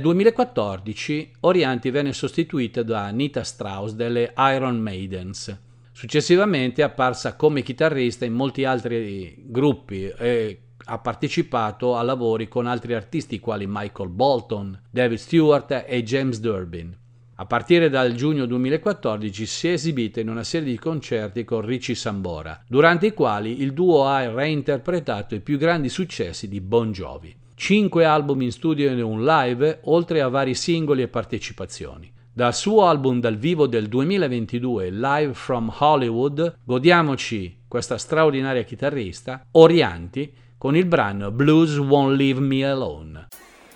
S2: 2014 Orianti venne sostituita da Anita Strauss delle Iron Maidens. Successivamente è apparsa come chitarrista in molti altri gruppi e ha partecipato a lavori con altri artisti quali Michael Bolton, David Stewart e James Durbin. A partire dal giugno 2014 si è esibita in una serie di concerti con Richie Sambora, durante i quali il duo ha reinterpretato i più grandi successi di Bon Jovi. 5 album in studio e un live, oltre a vari singoli e partecipazioni. Dal suo album dal vivo del 2022, Live from Hollywood, godiamoci questa straordinaria chitarrista, Orianti, con il brano Blues Won't Leave Me Alone.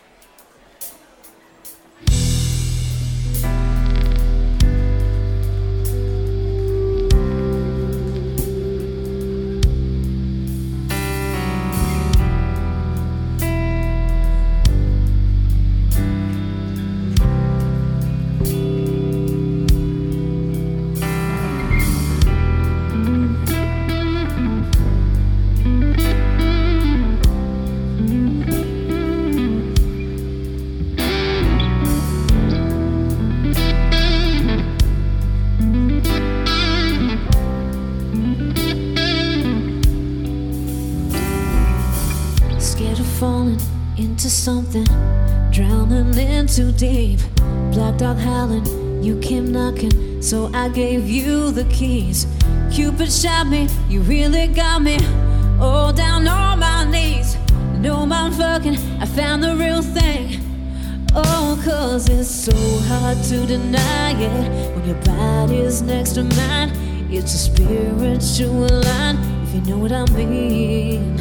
S7: Something drowning in too deep. Black dog howling, you came knocking, so I gave you the keys. Cupid shot me, you really got me. Oh, down on my knees. No mind fucking, I found the real thing. Oh, 'cause it's so hard to deny it when your body's next to mine. It's a spiritual line, if you know what I mean.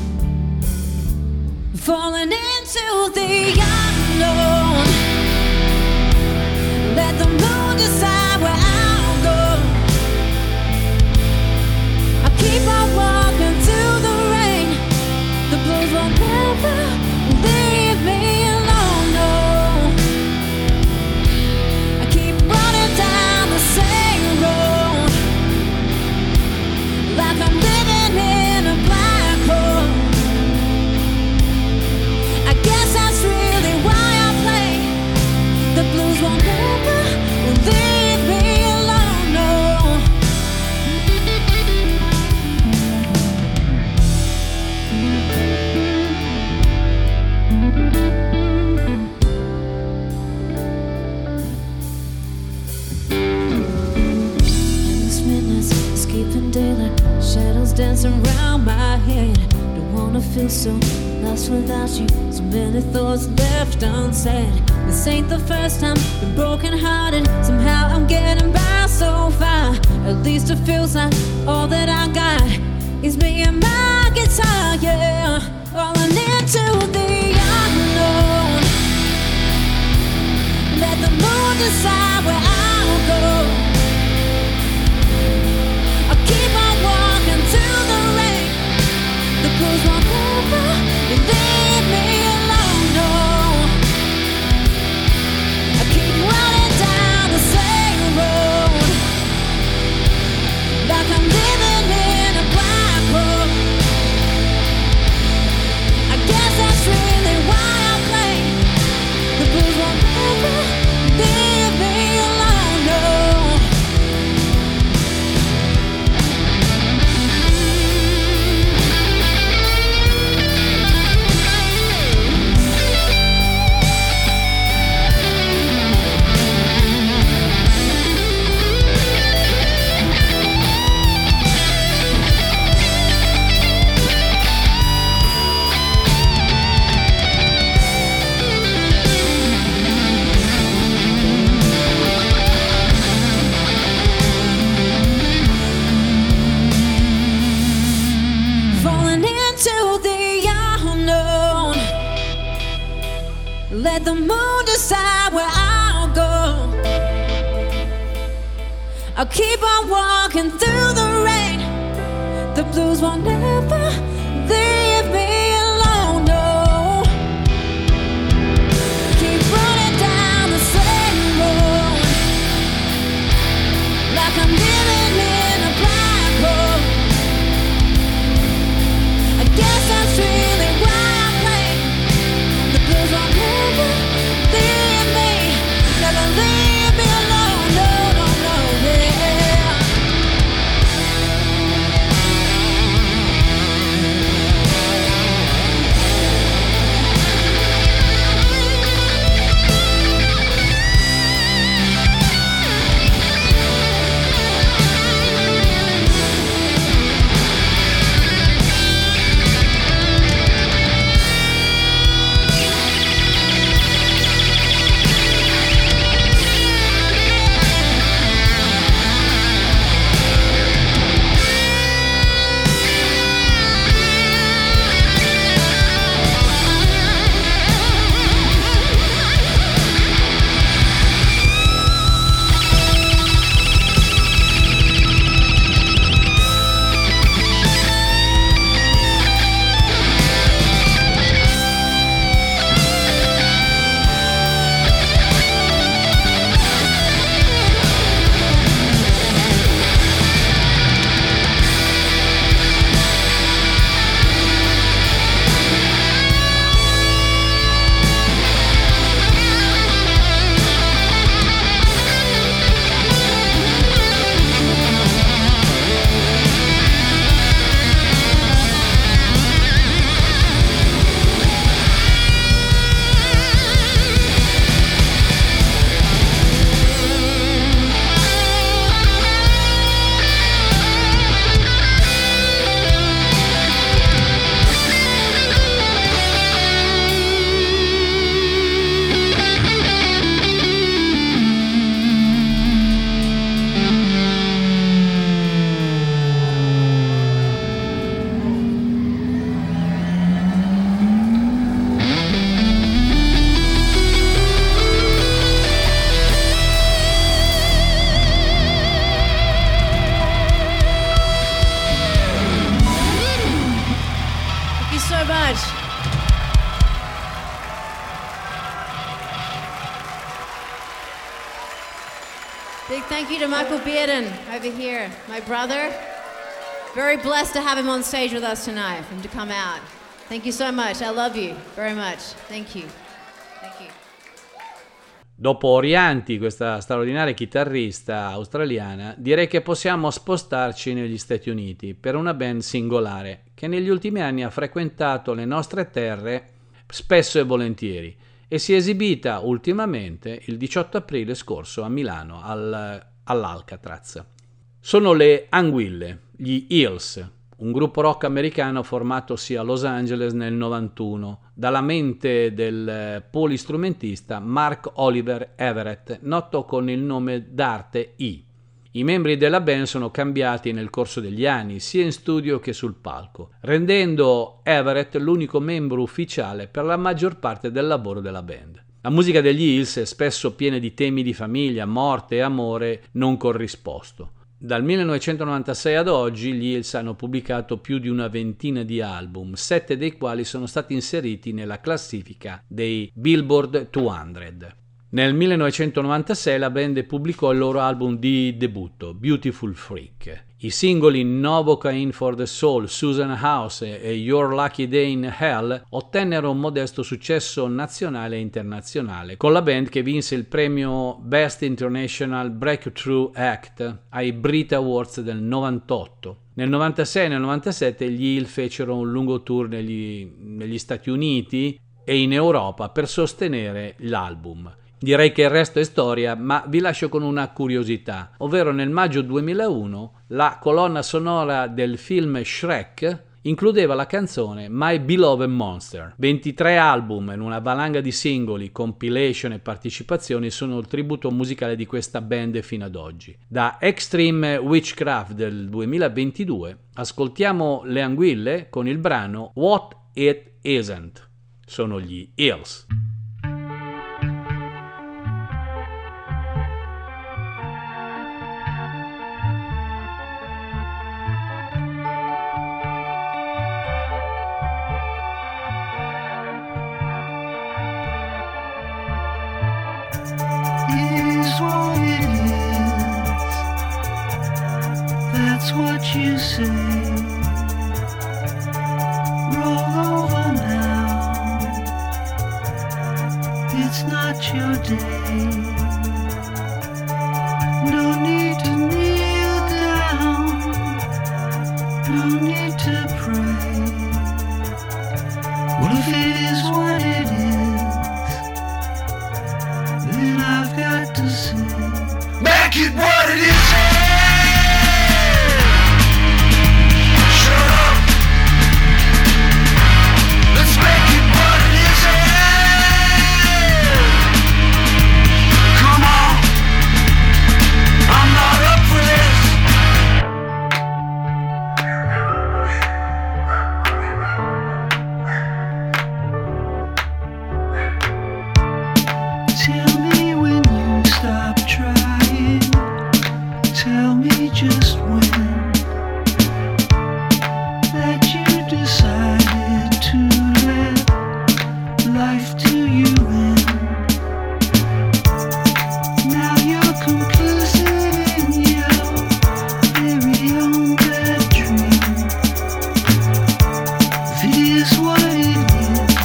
S7: Falling into the unknown. Let the moon decide where I'll go. I'll keep on walking through the rain. The blues will never leave me alone, no. I keep running down the same road, like I'm living in a black hole. I guess that's really why I play. The blues won't never leave me alone, no. Endless midnights, escaping daylight, shadows dancing around my head. Don't wanna feel so lost without you. So many thoughts left unsaid. This ain't the first time been broken hearted. Somehow I'm getting by so far. At least it feels like all that I got is me and my guitar, yeah. Falling into the unknown. Let the moon decide where I'll go. I'll keep on walking through the rain. The blues won't never leave me alone, no. I keep running down the same road, like I'm living in a black hole. I guess that's really why I play. The blues won't never leave me alone, no. Falling into the unknown. Let the moon decide where I'll go. I'll keep on walking through the rain. The blues won't never leave me alone, no. Keep running down the same road, like I'm living in a black hole. I guess that's really why I play. The blues won't never leave me, never leave me alone, no, no, no, yeah. Big thank you to Michael Bearden over here, my brother. Very blessed to have him on stage with us tonight, for him to come out. Thank you so much. I love you very much. Thank you. Thank you.
S2: Dopo Orianti, questa straordinaria chitarrista australiana, direi che possiamo spostarci negli Stati Uniti per una band singolare che negli ultimi anni ha frequentato le nostre terre spesso e volentieri e si è esibita ultimamente il 18 aprile scorso a Milano all'Alcatraz. Sono le Anguille, gli Eels, un gruppo rock americano formatosi a Los Angeles nel 91 dalla mente del polistrumentista Mark Oliver Everett, noto con il nome d'arte E. I membri della band sono cambiati nel corso degli anni, sia in studio che sul palco, rendendo Everett l'unico membro ufficiale per la maggior parte del lavoro della band. La musica degli Eels è spesso piena di temi di famiglia, morte e amore non corrisposto. Dal 1996 ad oggi gli Eels hanno pubblicato più di una ventina di album, 7 dei quali sono stati inseriti nella classifica dei Billboard 200. Nel 1996 la band pubblicò il loro album di debutto, Beautiful Freak. I singoli Novocaine for the Soul, Susan House e Your Lucky Day in Hell ottennero un modesto successo nazionale e internazionale, con la band che vinse il premio Best International Breakthrough Act ai Brit Awards del 98. Nel 96 e nel 97 gli Eels fecero un lungo tour negli Stati Uniti e in Europa per sostenere l'album. Direi che il resto è storia, ma vi lascio con una curiosità, ovvero nel maggio 2001 la colonna sonora del film Shrek includeva la canzone My Beloved Monster. 23 album e una valanga di singoli, compilation e partecipazioni sono il tributo musicale di questa band fino ad oggi. Da Extreme Witchcraft del 2022 ascoltiamo le Anguille con il brano What It Isn't. Sono gli Eels.
S8: Is what it is. That's what you say. Roll over now. It's not your day. No need to kneel down. No need to pray. What if it is what it is? Then I've got to say, make it what it is. Shut up. Let's make it what it is. Come on. I'm not up for this. Tell me when you stop trying. Tell me just when that you decided to let life do you in. Now you're complicit in your very own bad dream. If it is what it is,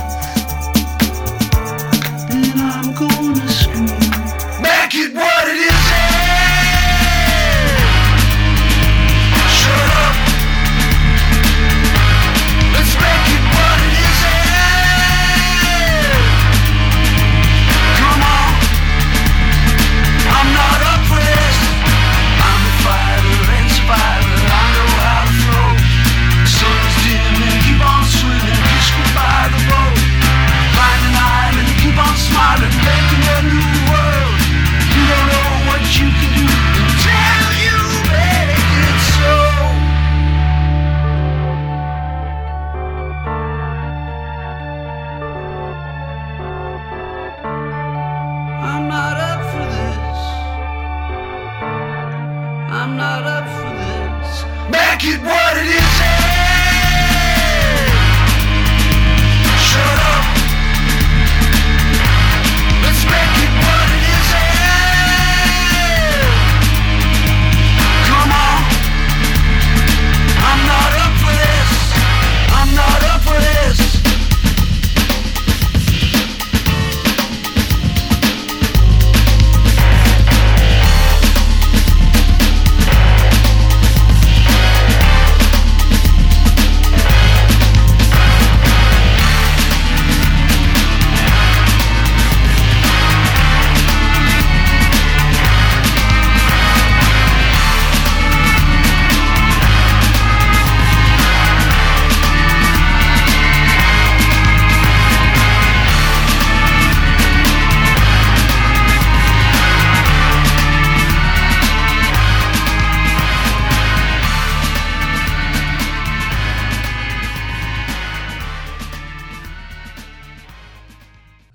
S8: then I'm gonna scream. Make it what it is. Shut up. Let's make it what it is. Come on. I'm not up for this. I'm a fighter and survivor. I know how to flow. Sun's dim and keep on swimming. Kiss goodbye the boat. Find an island and keep on smiling. Making a new world. You don't know what you can do until you make it so. I'm not up for this. I'm not up for this. Make it what it is. Shut up. Let's make it what it is.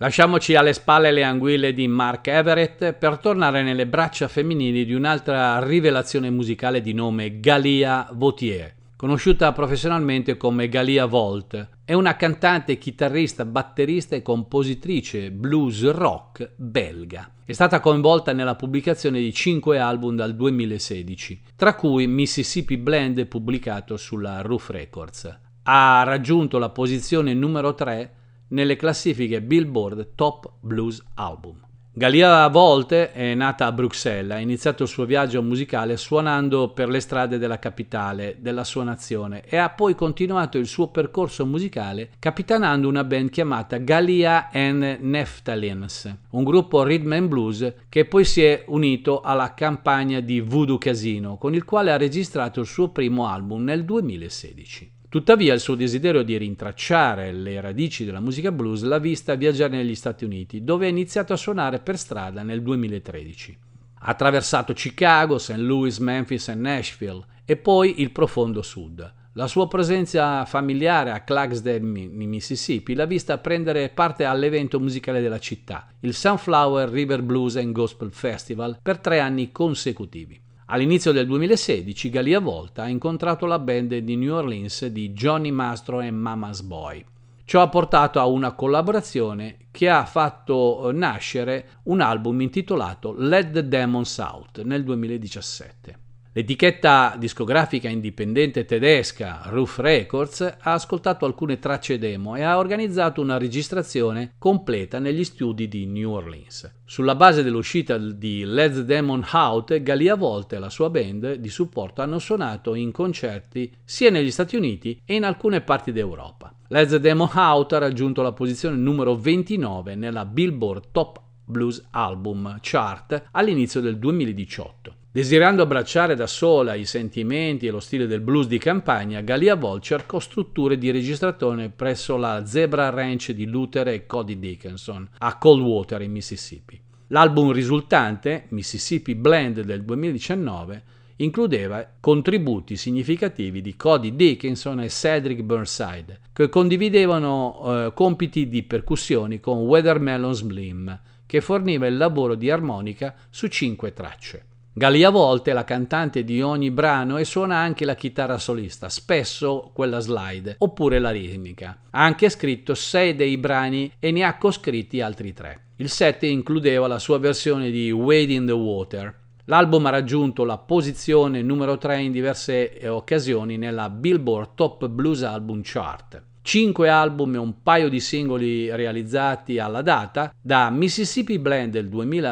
S2: Lasciamoci alle spalle le anguille di Mark Everett per tornare nelle braccia femminili di un'altra rivelazione musicale di nome Galia Vautier, conosciuta professionalmente come Galia Volt. È una cantante, chitarrista, batterista e compositrice blues rock belga. È stata coinvolta nella pubblicazione di 5 album dal 2016, tra cui Mississippi Blend pubblicato sulla Roof Records. Ha raggiunto la posizione numero 3 nelle classifiche Billboard Top Blues Album. Galia Volt è nata a Bruxelles, ha iniziato il suo viaggio musicale suonando per le strade della capitale della sua nazione e ha poi continuato il suo percorso musicale capitanando una band chiamata Galia and Neftalins, un gruppo rhythm and blues che poi si è unito alla campagna di Voodoo Casino, con il quale ha registrato il suo primo album nel 2016. Tuttavia il suo desiderio di rintracciare le radici della musica blues l'ha vista viaggiare negli Stati Uniti, dove ha iniziato a suonare per strada nel 2013. Ha attraversato Chicago, St. Louis, Memphis e Nashville e poi il profondo sud. La sua presenza familiare a Clarksdale, in Mississippi, l'ha vista prendere parte all'evento musicale della città, il Sunflower River Blues and Gospel Festival, per 3 anni consecutivi. All'inizio del 2016 Galia Volt ha incontrato la band di New Orleans di Johnny Mastro e Mama's Boy. Ciò ha portato a una collaborazione che ha fatto nascere un album intitolato Let the Demons Out nel 2017. L'etichetta discografica indipendente tedesca Roof Records ha ascoltato alcune tracce demo e ha organizzato una registrazione completa negli studi di New Orleans. Sulla base dell'uscita di Let the Demon Out, Galia Volt e la sua band di supporto hanno suonato in concerti sia negli Stati Uniti e in alcune parti d'Europa. Let the Demon Out ha raggiunto la posizione numero 29 nella Billboard Top Blues Album Chart all'inizio del 2018. Desiderando abbracciare da sola i sentimenti e lo stile del blues di campagna, Galia Volt cercò strutture di registrazione presso la Zebra Ranch di Luther e Cody Dickinson a Coldwater in Mississippi. L'album risultante, Mississippi Blend del 2019, includeva contributi significativi di Cody Dickinson e Cedric Burnside, che condividevano compiti di percussioni con Watermelon Slim, che forniva il lavoro di armonica su 5 tracce. Galia Volt è la cantante di ogni brano e suona anche la chitarra solista, spesso quella slide, oppure la ritmica. Ha anche scritto 6 dei brani e ne ha coscritti altri 3. Il 7 includeva la sua versione di Wade in the Water. L'album ha raggiunto la posizione numero 3 in diverse occasioni nella Billboard Top Blues Album Chart. 5 album e un paio di singoli realizzati alla data. Da Mississippi Blend del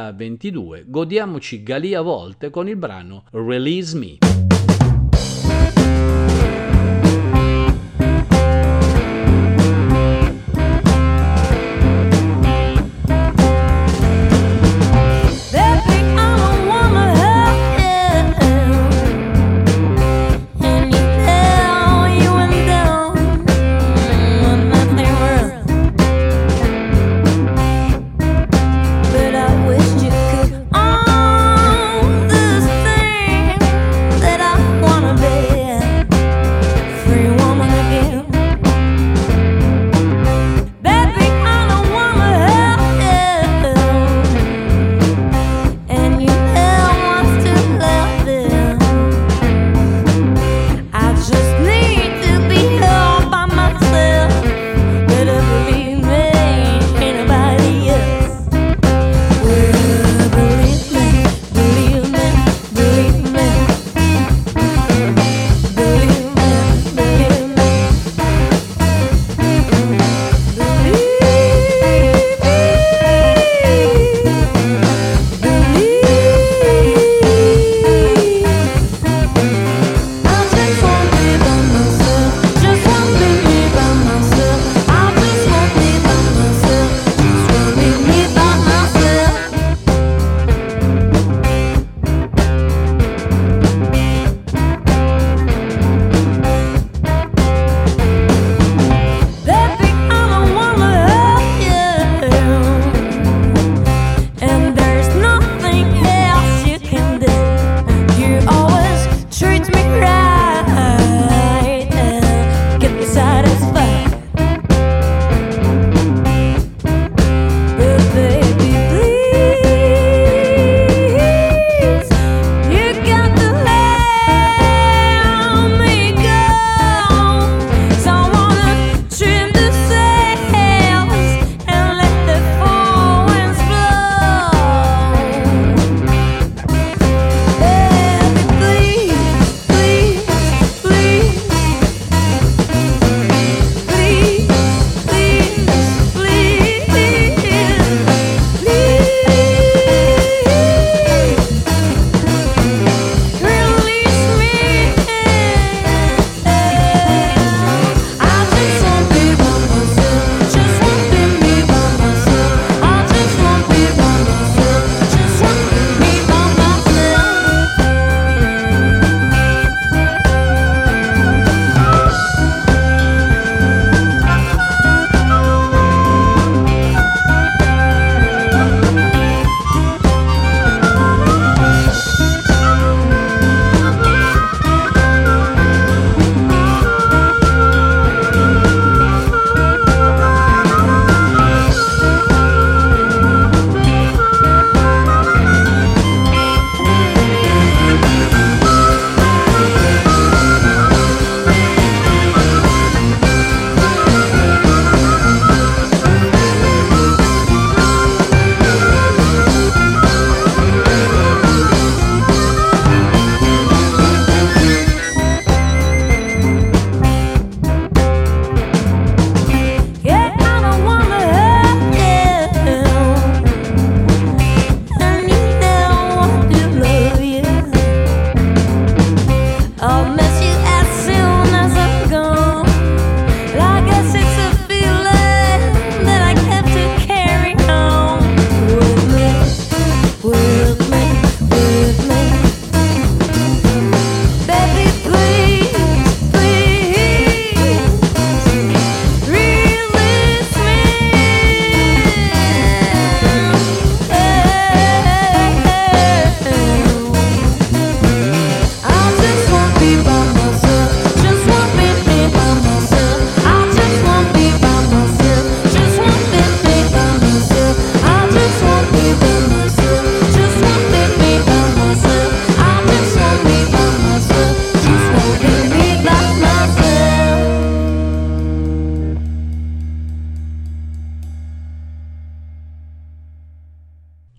S2: 2022 godiamoci Galia Volt con il brano Release Me.
S6: That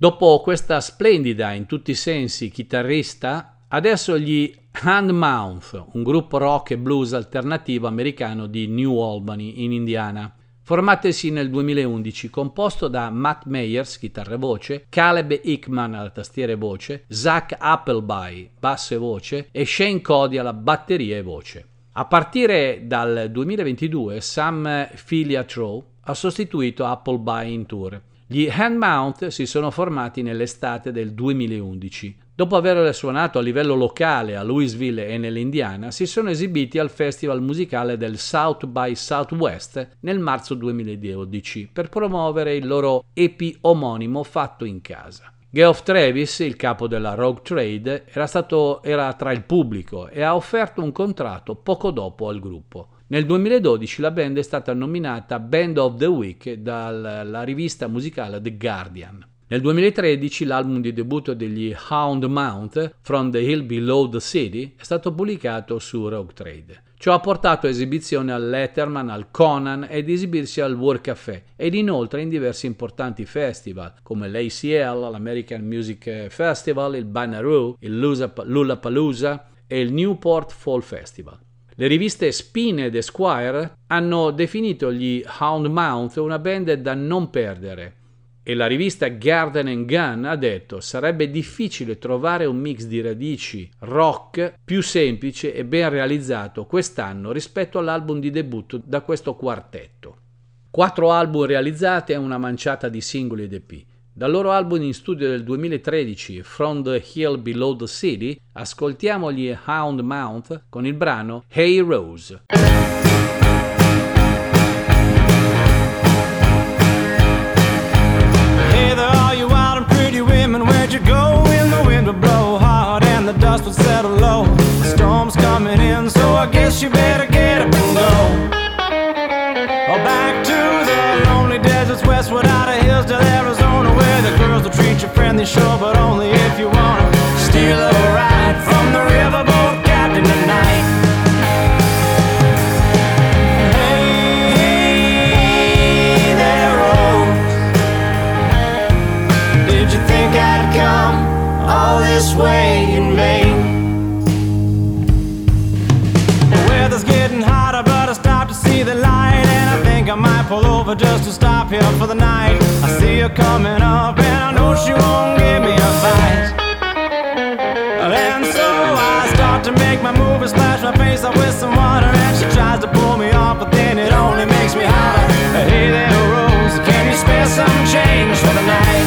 S2: Dopo questa splendida, in tutti i sensi, chitarrista, adesso gli Handmouth, un gruppo rock e blues alternativo americano di New Albany, in Indiana, formatesi nel 2011, composto da Matt Meyers, chitarra e voce, Caleb Hickman alla tastiera e voce, Zach Appleby, basso e voce, e Shane Cody alla batteria e voce. A partire dal 2022 Sam Filiatro ha sostituito Appleby in tour. Gli Handmouth si sono formati nell'estate del 2011. Dopo aver suonato a livello locale a Louisville e nell'Indiana, si sono esibiti al festival musicale del South by Southwest nel marzo 2012 per promuovere il loro EP omonimo fatto in casa. Geoff Travis, il capo della Rogue Trade, era tra il pubblico e ha offerto un contratto poco dopo al gruppo. Nel 2012 la band è stata nominata Band of the Week dalla rivista musicale The Guardian. Nel 2013 l'album di debutto degli Houndmouth, From the Hill Below the City, è stato pubblicato su Rogue Trade. Ciò ha portato a esibizioni al Letterman, al Conan ed esibirsi al World Café ed inoltre in diversi importanti festival come l'ACL, l'American Music Festival, il Bonnaroo, il Lollapalooza e il Newport Fall Festival. Le riviste Spin ed Esquire hanno definito gli Houndmouth una band da non perdere e la rivista Garden & Gun ha detto sarebbe difficile trovare un mix di radici rock più semplice e ben realizzato quest'anno rispetto all'album di debutto da questo quartetto. 4 album realizzati e una manciata di singoli ed EP. Dal loro album in studio del 2013, From the Hill Below the City, ascoltiamo gli Houndmouth con il brano Hey Rose.
S9: Hey there, all you wild and pretty women, where'd you go when the wind would blow hard and the dust would settle low? The storm's coming in, so I guess you better get up and go. Back to the lonely deserts westward out of Hillsdale, Arizona, where the girls will treat you friendly, sure, but only if you wanna steal a ride from the riverboat captain tonight. Hey there, Rose, did you think I'd come all this way in vain? The weather's getting hotter, but I stopped to see the light. I might pull over just to stop here for the night. I see her coming up and I know she won't give me a fight. And so I start to make my move and splash my face up with some water, and she tries to pull me off, but then it only makes me holler. Hey there, Rose, can you spare some change for the night?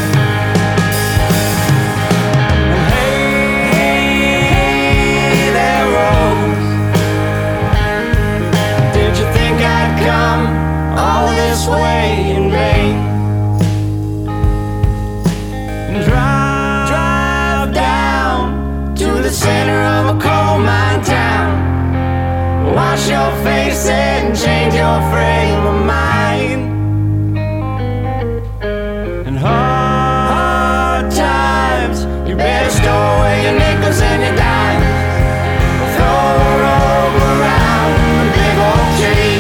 S9: Hey there, Rose, did you think I'd come all this way in vain? Drive down to the center of a coal mine town. Wash your face and change your frame of mind. And hard times, you better store away your nickels and your dimes. Throw a rope around the big old tree.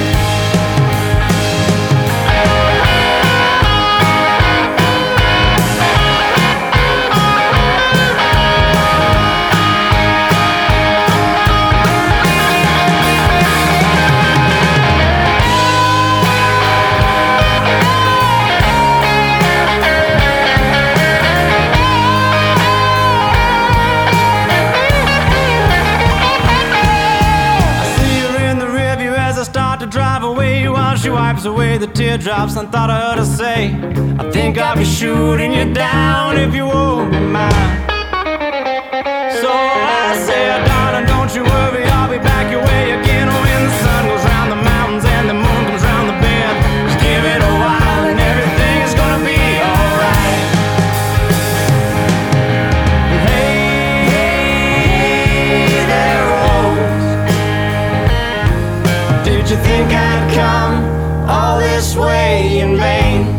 S9: She wipes away the teardrops and thought I heard her say, I think I'll be shooting you down if you won't be mine. So I say, darling, don't you worry, I'll be back your way again when the sun goes round the mountains and the moon comes round the bend. Just give it a while and everything is gonna be alright. Hey there, Rose, did you think I'd come all this way in vain?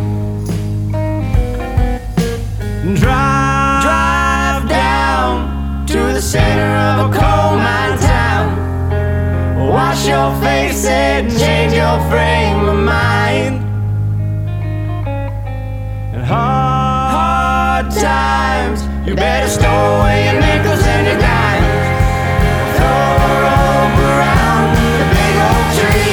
S9: Drive down to the center of a coal mine town. Wash your face and change your frame of mind. And hard times times, you better stow away your nickels and your dimes. Throw a rope around the big old tree.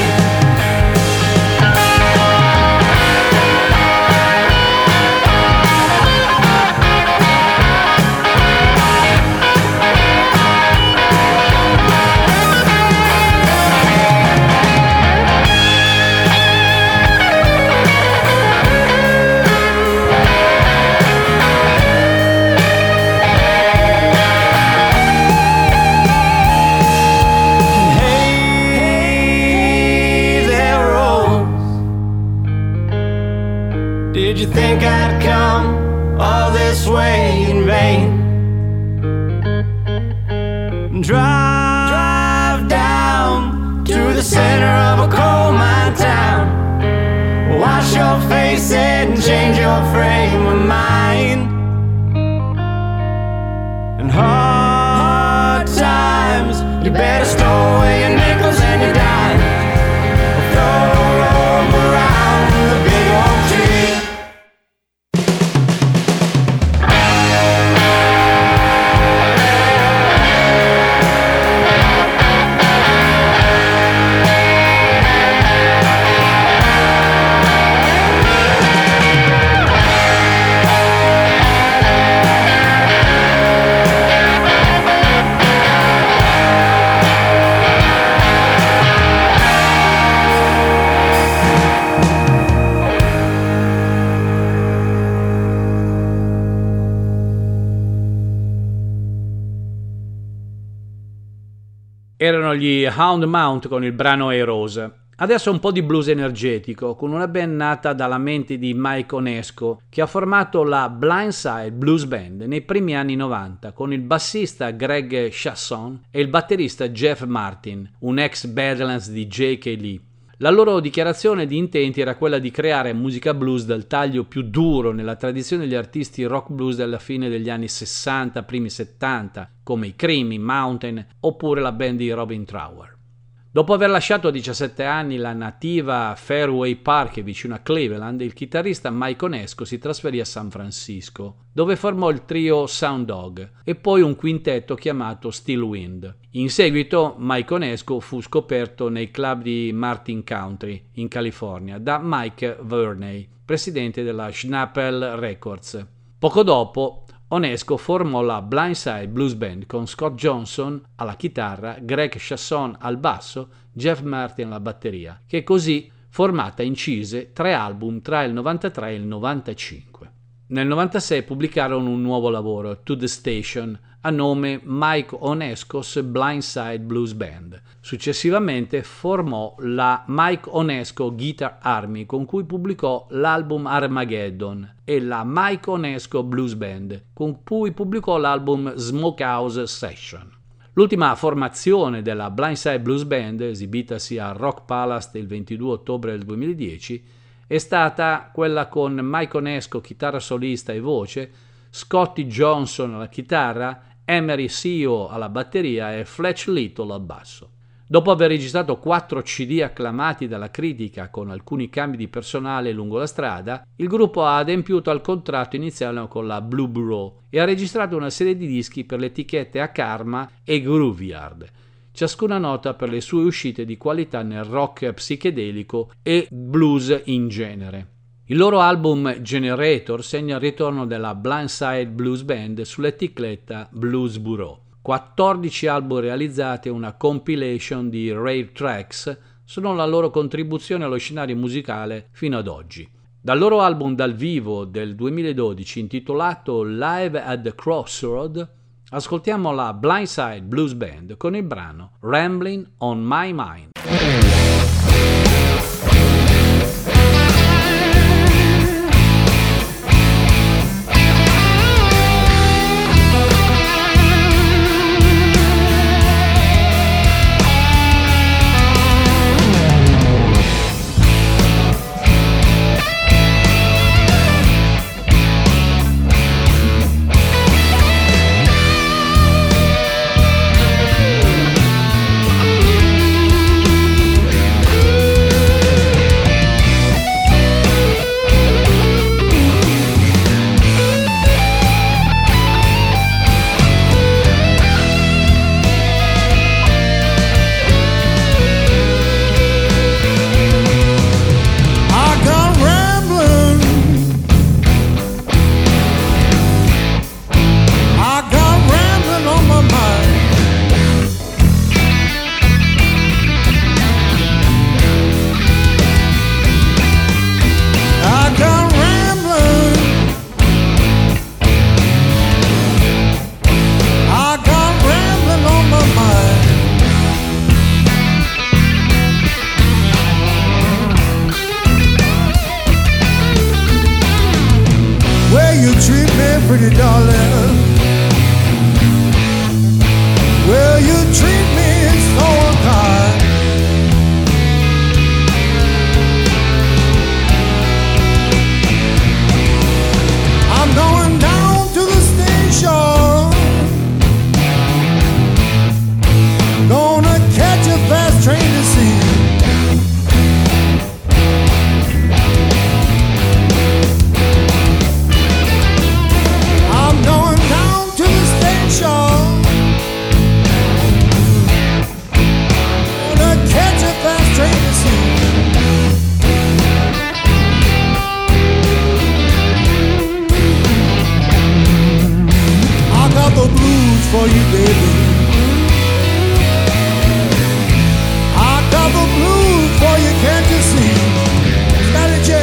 S9: Did you think I'd come all this way in vain? Drive down to the center of a coal mine town. Wash your face and change your frame of mind. And hard times, you better stow away your nickels and your dimes. Throw a rope around the big old tree.
S2: Erano gli Houndmouth con il brano Heroes. Adesso un po' di blues energetico, con una band nata dalla mente di Mike Onesco, che ha formato la Blindside Blues Band nei primi anni 90, con il bassista Greg Chasson e il batterista Jeff Martin, un ex Badlands di J.K. Lee. La loro dichiarazione di intenti era quella di creare musica blues dal taglio più duro nella tradizione degli artisti rock blues della fine degli anni 60, primi 70, come i Cream, i Mountain oppure la band di Robin Trower. Dopo aver lasciato a 17 anni la nativa Fairway Park vicino a Cleveland, il chitarrista Mike Onesco si trasferì a San Francisco, dove formò il trio Sound Dog e poi un quintetto chiamato Steel Wind. In seguito Mike Onesco fu scoperto nei club di Martin Country, in California, da Mike Verney, presidente della Schnapple Records. Poco dopo Onesco formò la Blindside Blues Band con Scott Johnson alla chitarra, Greg Chasson al basso, Jeff Martin alla batteria, che così formata incise 3 album tra il 93 e il 95. Nel 96 pubblicarono un nuovo lavoro, To The Station, a nome Mike Onesco's Blindside Blues Band. Successivamente formò la Mike Onesco Guitar Army, con cui pubblicò l'album Armageddon, e la Mike Onesco Blues Band, con cui pubblicò l'album Smokehouse Session. L'ultima formazione della Blindside Blues Band, esibitasi al Rock Palace il 22 ottobre del 2010, è stata quella con Mike Onesco chitarra solista e voce, Scotty Johnson alla chitarra, Emery Sio alla batteria e Fletch Little al basso. Dopo aver registrato 4 CD acclamati dalla critica con alcuni cambi di personale lungo la strada, il gruppo ha adempiuto al contratto iniziale con la Blue Bureau e ha registrato una serie di dischi per le etichette Akarma e Grooveyard, ciascuna nota per le sue uscite di qualità nel rock psichedelico e blues in genere. Il loro album Generator segna il ritorno della Blindside Blues Band sull'etichetta Blues Bureau. 14 album realizzati e una compilation di rare tracks sono la loro contribuzione allo scenario musicale fino ad oggi. Dal loro album dal vivo del 2012 intitolato Live at the Crossroad ascoltiamo la Blindside Blues Band con il brano Rambling on My Mind.
S1: baby darling. Well, you treat me so unkind. I'm going down to the station, gonna catch a fast train to see you. I'm going down to the station, gonna catch a fast train to see you. I got the blues for you, baby. I got the blues for you, can't you see? Scotty J.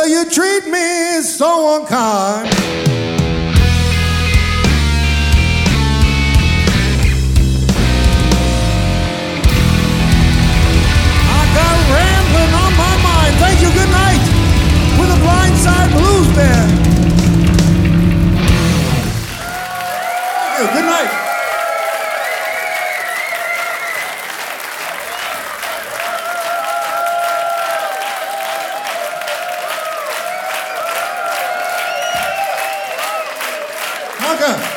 S10: Well, you treat me so unkind. I got rambling on my mind. Thank you, good night. With a Blindside Blues Band. Thank you, good night. Welcome.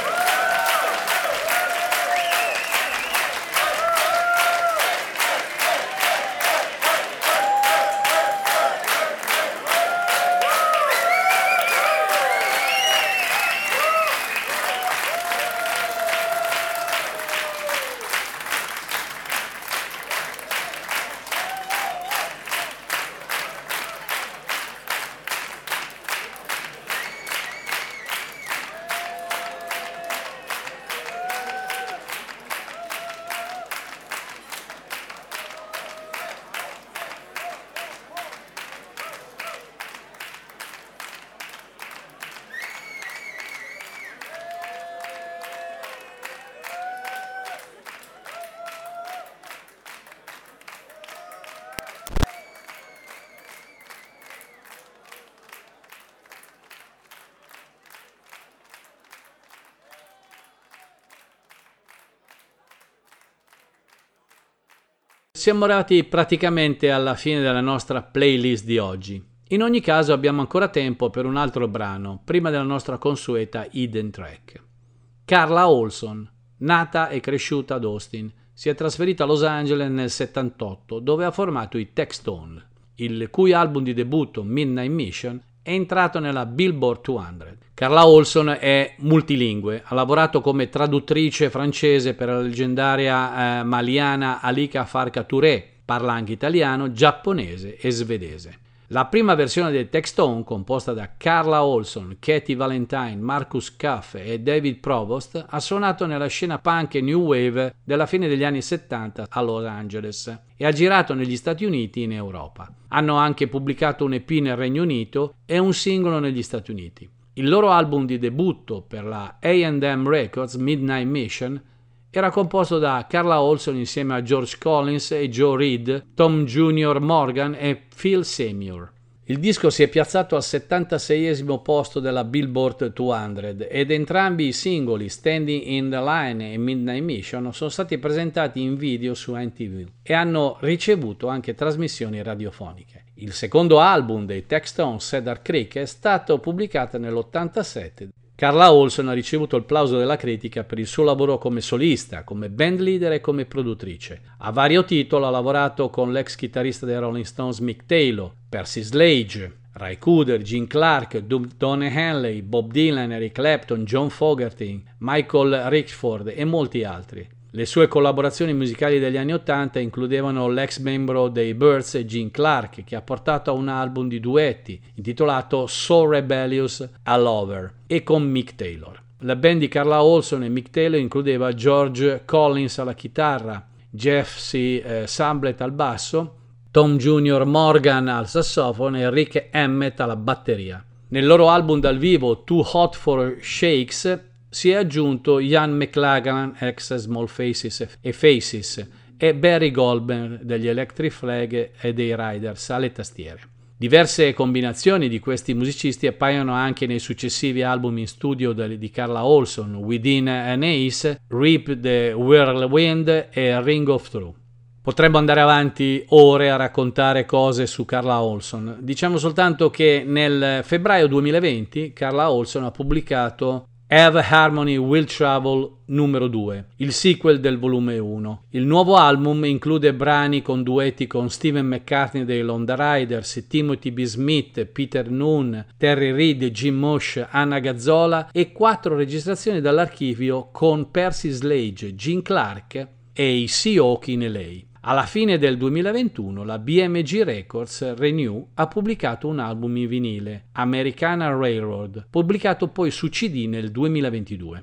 S2: Siamo arrivati praticamente alla fine della nostra playlist di oggi. In ogni caso abbiamo ancora tempo per un altro brano, prima della nostra consueta hidden track. Carla Olson, nata e cresciuta ad Austin, si è trasferita a Los Angeles nel 78, dove ha formato i Textone, il cui album di debutto, Midnight Mission, è entrato nella Billboard 200. Carla Olson è multilingue, ha lavorato come traduttrice francese per la leggendaria maliana Alika Farka Touré, parla anche italiano, giapponese e svedese. La prima versione del Textone, composta da Carla Olson, Katie Valentine, Marcus Cuff e David Provost, ha suonato nella scena punk e new wave della fine degli anni 70 a Los Angeles e ha girato negli Stati Uniti e in Europa. Hanno anche pubblicato un EP nel Regno Unito e un singolo negli Stati Uniti. Il loro album di debutto per la A&M Records, Midnight Mission, era composto da Carla Olson insieme a George Collins e Joe Reed, Tom Junior Morgan e Phil Seymour. Il disco si è piazzato al 76esimo posto della Billboard 200 ed entrambi i singoli, Standing in the Line e Midnight Mission, sono stati presentati in video su MTV e hanno ricevuto anche trasmissioni radiofoniche. Il secondo album dei Textone, Cedar Creek, è stato pubblicato nell'87. Carla Olson ha ricevuto il plauso della critica per il suo lavoro come solista, come band leader e come produttrice. A vario titolo ha lavorato con l'ex chitarrista dei Rolling Stones Mick Taylor, Percy Sledge, Ray Cooder, Gene Clark, Donny Henley, Bob Dylan, Eric Clapton, John Fogerty, Michael Richford e molti altri. Le sue collaborazioni musicali degli anni '80 includevano l'ex membro dei Byrds Gene Clark, che ha portato a un album di duetti intitolato So Rebellious a Lover, e con Mick Taylor. La band di Carla Olson e Mick Taylor includeva George Collins alla chitarra, Jeff C. Samblett al basso, Tom Junior Morgan al sassofono e Rick Emmett alla batteria. Nel loro album dal vivo Too Hot for Shakes si è aggiunto Ian McLagan ex Small Faces e Faces e Barry Goldberg degli Electric Flag e dei Riders alle tastiere. Diverse combinazioni di questi musicisti appaiono anche nei successivi album in studio di Carla Olson, Within an Ace, Reap the Whirlwind e Ring of True. Potremmo andare avanti ore a raccontare cose su Carla Olson. Diciamo soltanto che nel febbraio 2020 Carla Olson ha pubblicato Have Harmony Will Travel numero 2, il sequel del volume 1. Il nuovo album include brani con duetti con Stephen McCartney dei Lone Riders, Timothy B. Smith, Peter Noone, Terry Reid, Jim Mosh, Anna Gazzola e 4 registrazioni dall'archivio con Percy Sledge, Gene Clark e i Sea Oak in LA. Alla fine del 2021 la BMG Records Renew ha pubblicato un album in vinile, Americana Railroad, pubblicato poi su CD nel 2022.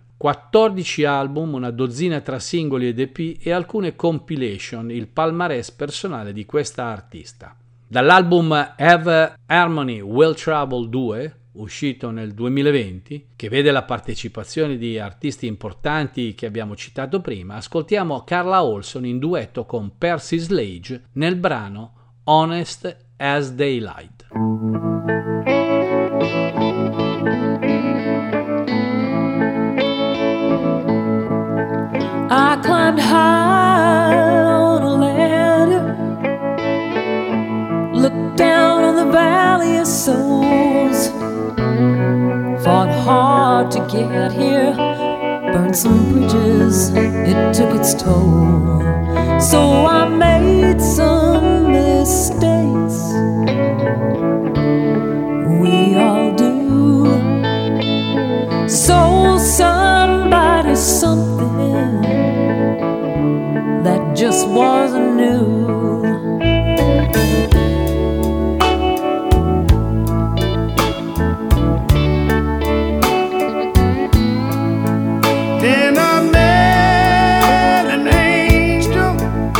S2: 14 album, una dozzina tra singoli ed EP e alcune compilation, il palmarès personale di questa artista. Dall'album Have Harmony Will Trouble 2, uscito nel 2020, che vede la partecipazione di artisti importanti che abbiamo citato prima, ascoltiamo Carla Olson in duetto con Percy Sledge nel brano Honest as Daylight.
S7: I climbed high on a ladder, looked down on the valley of souls, fought hard to get here, burned some bridges, it took its toll. So I made some mistakes, we all do. Sold somebody something that just wasn't new.
S5: Then I met an angel.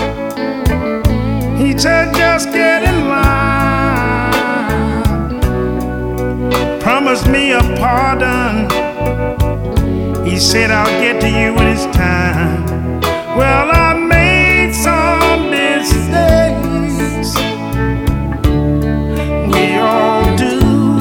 S5: He said, just get in line. Promised me a pardon. He said, I'll get to you when it's time. Well, I made some mistakes. We all do.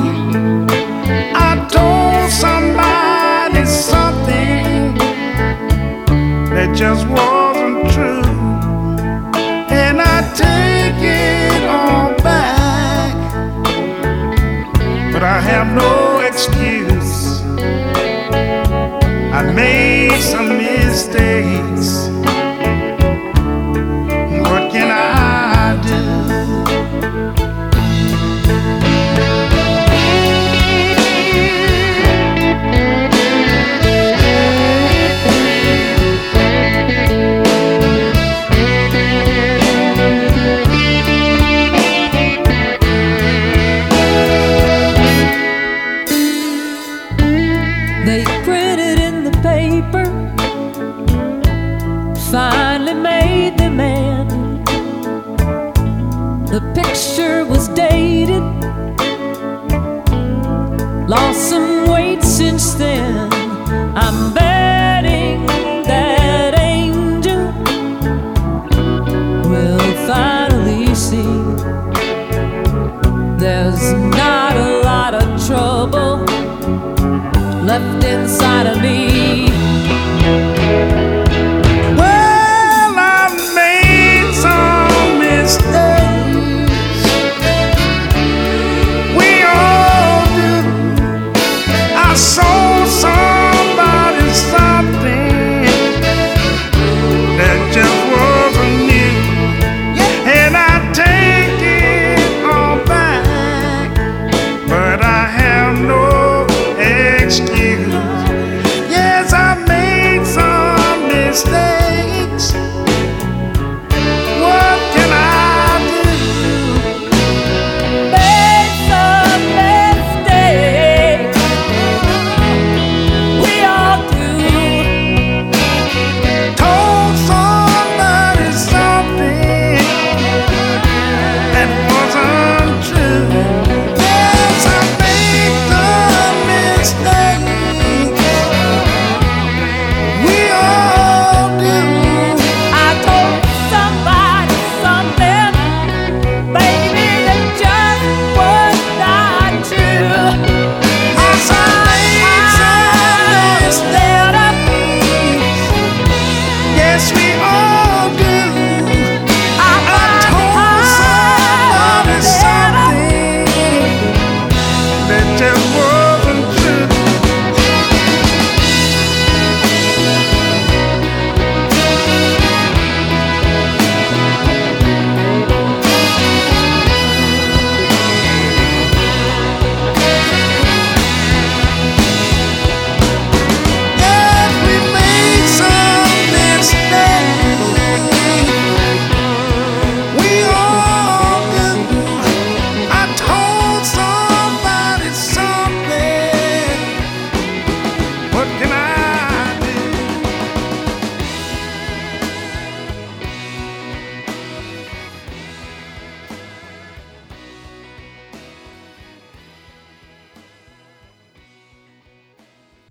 S5: I told somebody something that just wasn't true, and I take it all back, but I have no excuse. I made some mistakes. What can I do?
S7: They printed in the paper, finally made the man. The picture was dated, lost some weight since then. I'm betting that angel will finally see there's not a lot of trouble left inside of me.
S5: Well, I made some mistakes. We all do. I sold somebody something that just wasn't new, and I take it all back, but I have no excuse. Yes, I made some mistakes. What can I do?
S7: Made some mistakes, we all do.
S5: Told somebody something that wasn't true. Yes, I made some mistakes. We all do.
S7: I told somebody something, baby, that just was not true.
S5: Yes, I made some mistakes. Yes, we all do. I told somebody something that just wasn't true. Yes, we made some mistakes. We all do. I told somebody something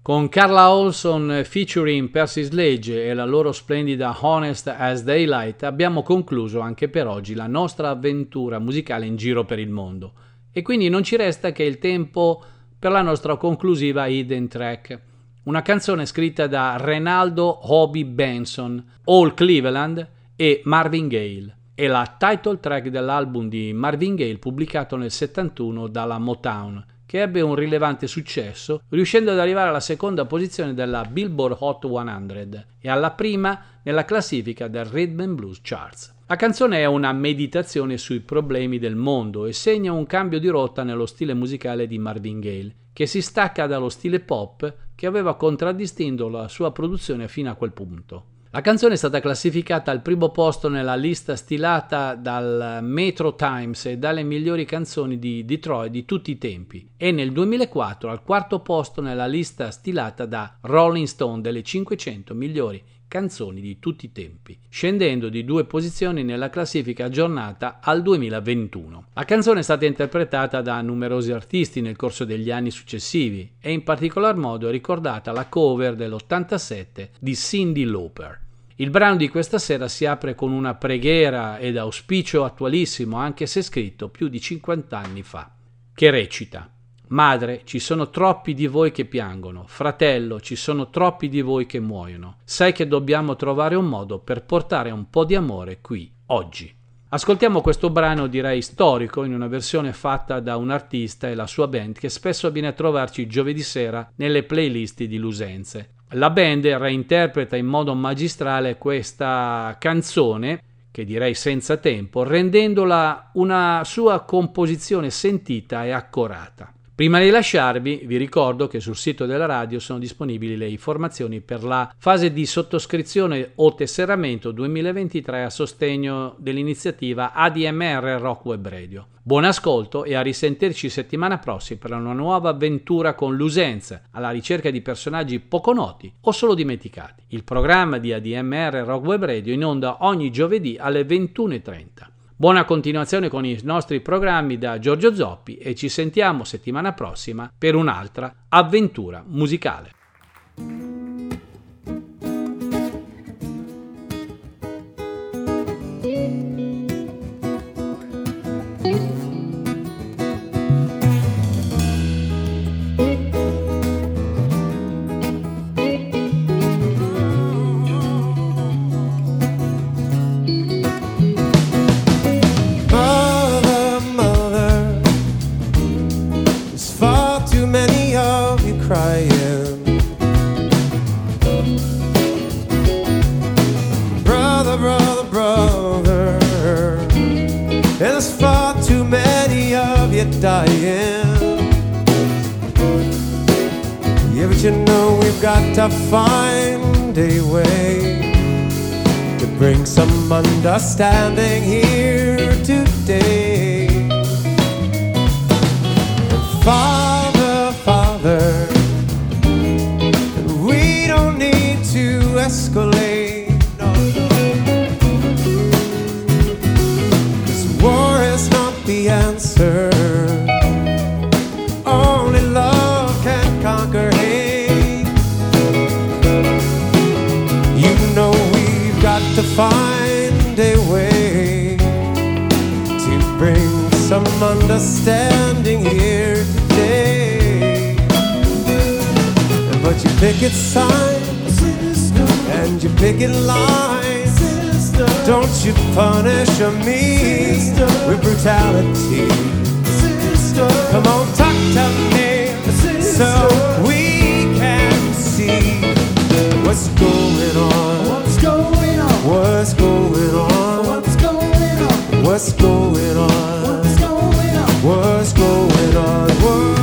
S2: Con Carla Olson featuring Percy Sledge e la loro splendida Honest as Daylight abbiamo concluso anche per oggi la nostra avventura musicale in giro per il mondo. E quindi non ci resta che il tempo per la nostra conclusiva hidden track. Una canzone scritta da Renaldo Hobby Benson, All Cleveland e Marvin Gaye. È la title track dell'album di Marvin Gaye pubblicato nel 71 dalla Motown, che ebbe un rilevante successo, riuscendo ad arrivare alla seconda posizione della Billboard Hot 100 e alla prima nella classifica del Rhythm and Blues Charts. La canzone è una meditazione sui problemi del mondo e segna un cambio di rotta nello stile musicale di Marvin Gaye, che si stacca dallo stile pop che aveva contraddistinto la sua produzione fino a quel punto. La canzone è stata classificata al primo posto nella lista stilata dal Metro Times e dalle migliori canzoni di Detroit di tutti i tempi e nel 2004 al quarto posto nella lista stilata da Rolling Stone delle 500 migliori canzoni di tutti i tempi, scendendo di 2 posizioni nella classifica aggiornata al 2021. La canzone è stata interpretata da numerosi artisti nel corso degli anni successivi e in particolar modo è ricordata la cover dell'87 di Cyndi Lauper. Il brano di questa sera si apre con una preghiera ed auspicio attualissimo, anche se scritto più di 50 anni fa, che recita: Madre, ci sono troppi di voi che piangono. Fratello, ci sono troppi di voi che muoiono. Sai che dobbiamo trovare un modo per portare un po' di amore qui, oggi. Ascoltiamo questo brano, direi storico, in una versione fatta da un artista e la sua band che spesso viene a trovarci giovedì sera nelle playlist di Lusenze. La band reinterpreta in modo magistrale questa canzone, che direi senza tempo, rendendola una sua composizione sentita e accurata. Prima di lasciarvi, vi ricordo che sul sito della radio sono disponibili le informazioni per la fase di sottoscrizione o tesseramento 2023 a sostegno dell'iniziativa ADMR Rock Web Radio. Buon ascolto e a risentirci settimana prossima per una nuova avventura con Lusenze, alla ricerca di personaggi poco noti o solo dimenticati. Il programma di ADMR Rock Web Radio in onda ogni giovedì alle 21:30. Buona continuazione con i nostri programmi da Giorgio Zoppi e ci sentiamo settimana prossima per un'altra avventura musicale.
S5: Crying, brother, brother, brother, and there's far too many of you dying. Yeah, but you know we've got to find a way to bring some understanding here today. Father, Father, we don't need to escalate, no. This war is not the answer. Only love can conquer hate. You know we've got to find a way to bring some understanding here today. But you picket signs and you picket lines. Don't you punish me with brutality. Come on, talk to me so we can see what's going on. What's going on? What's going on? What's going on? What's going on? What's going on? What's going on?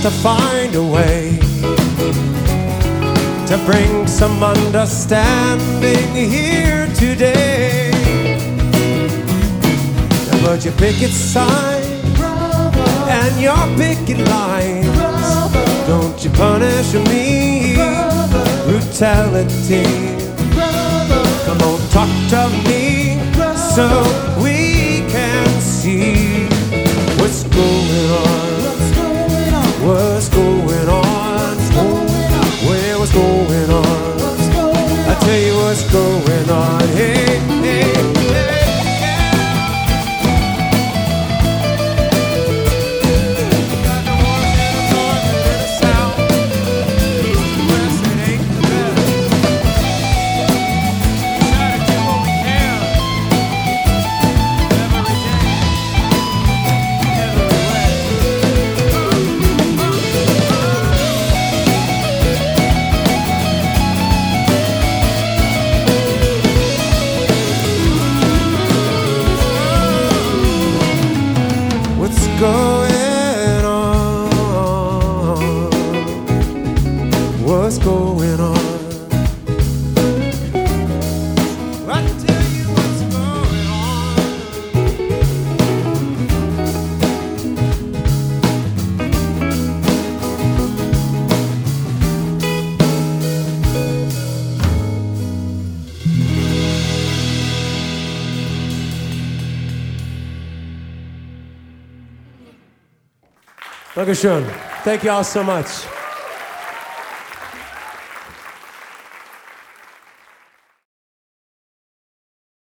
S5: to find a way to bring some understanding here today. But your picket sign and your picket lines, don't you punish me, brutality. Come on, talk to me so we can see what's going on. What's going on? Where what's going on? I tell you what's going on. Hey, hey, hey. Going on? What's going on? I tell you what's going Dankeschön. Thank you all so much.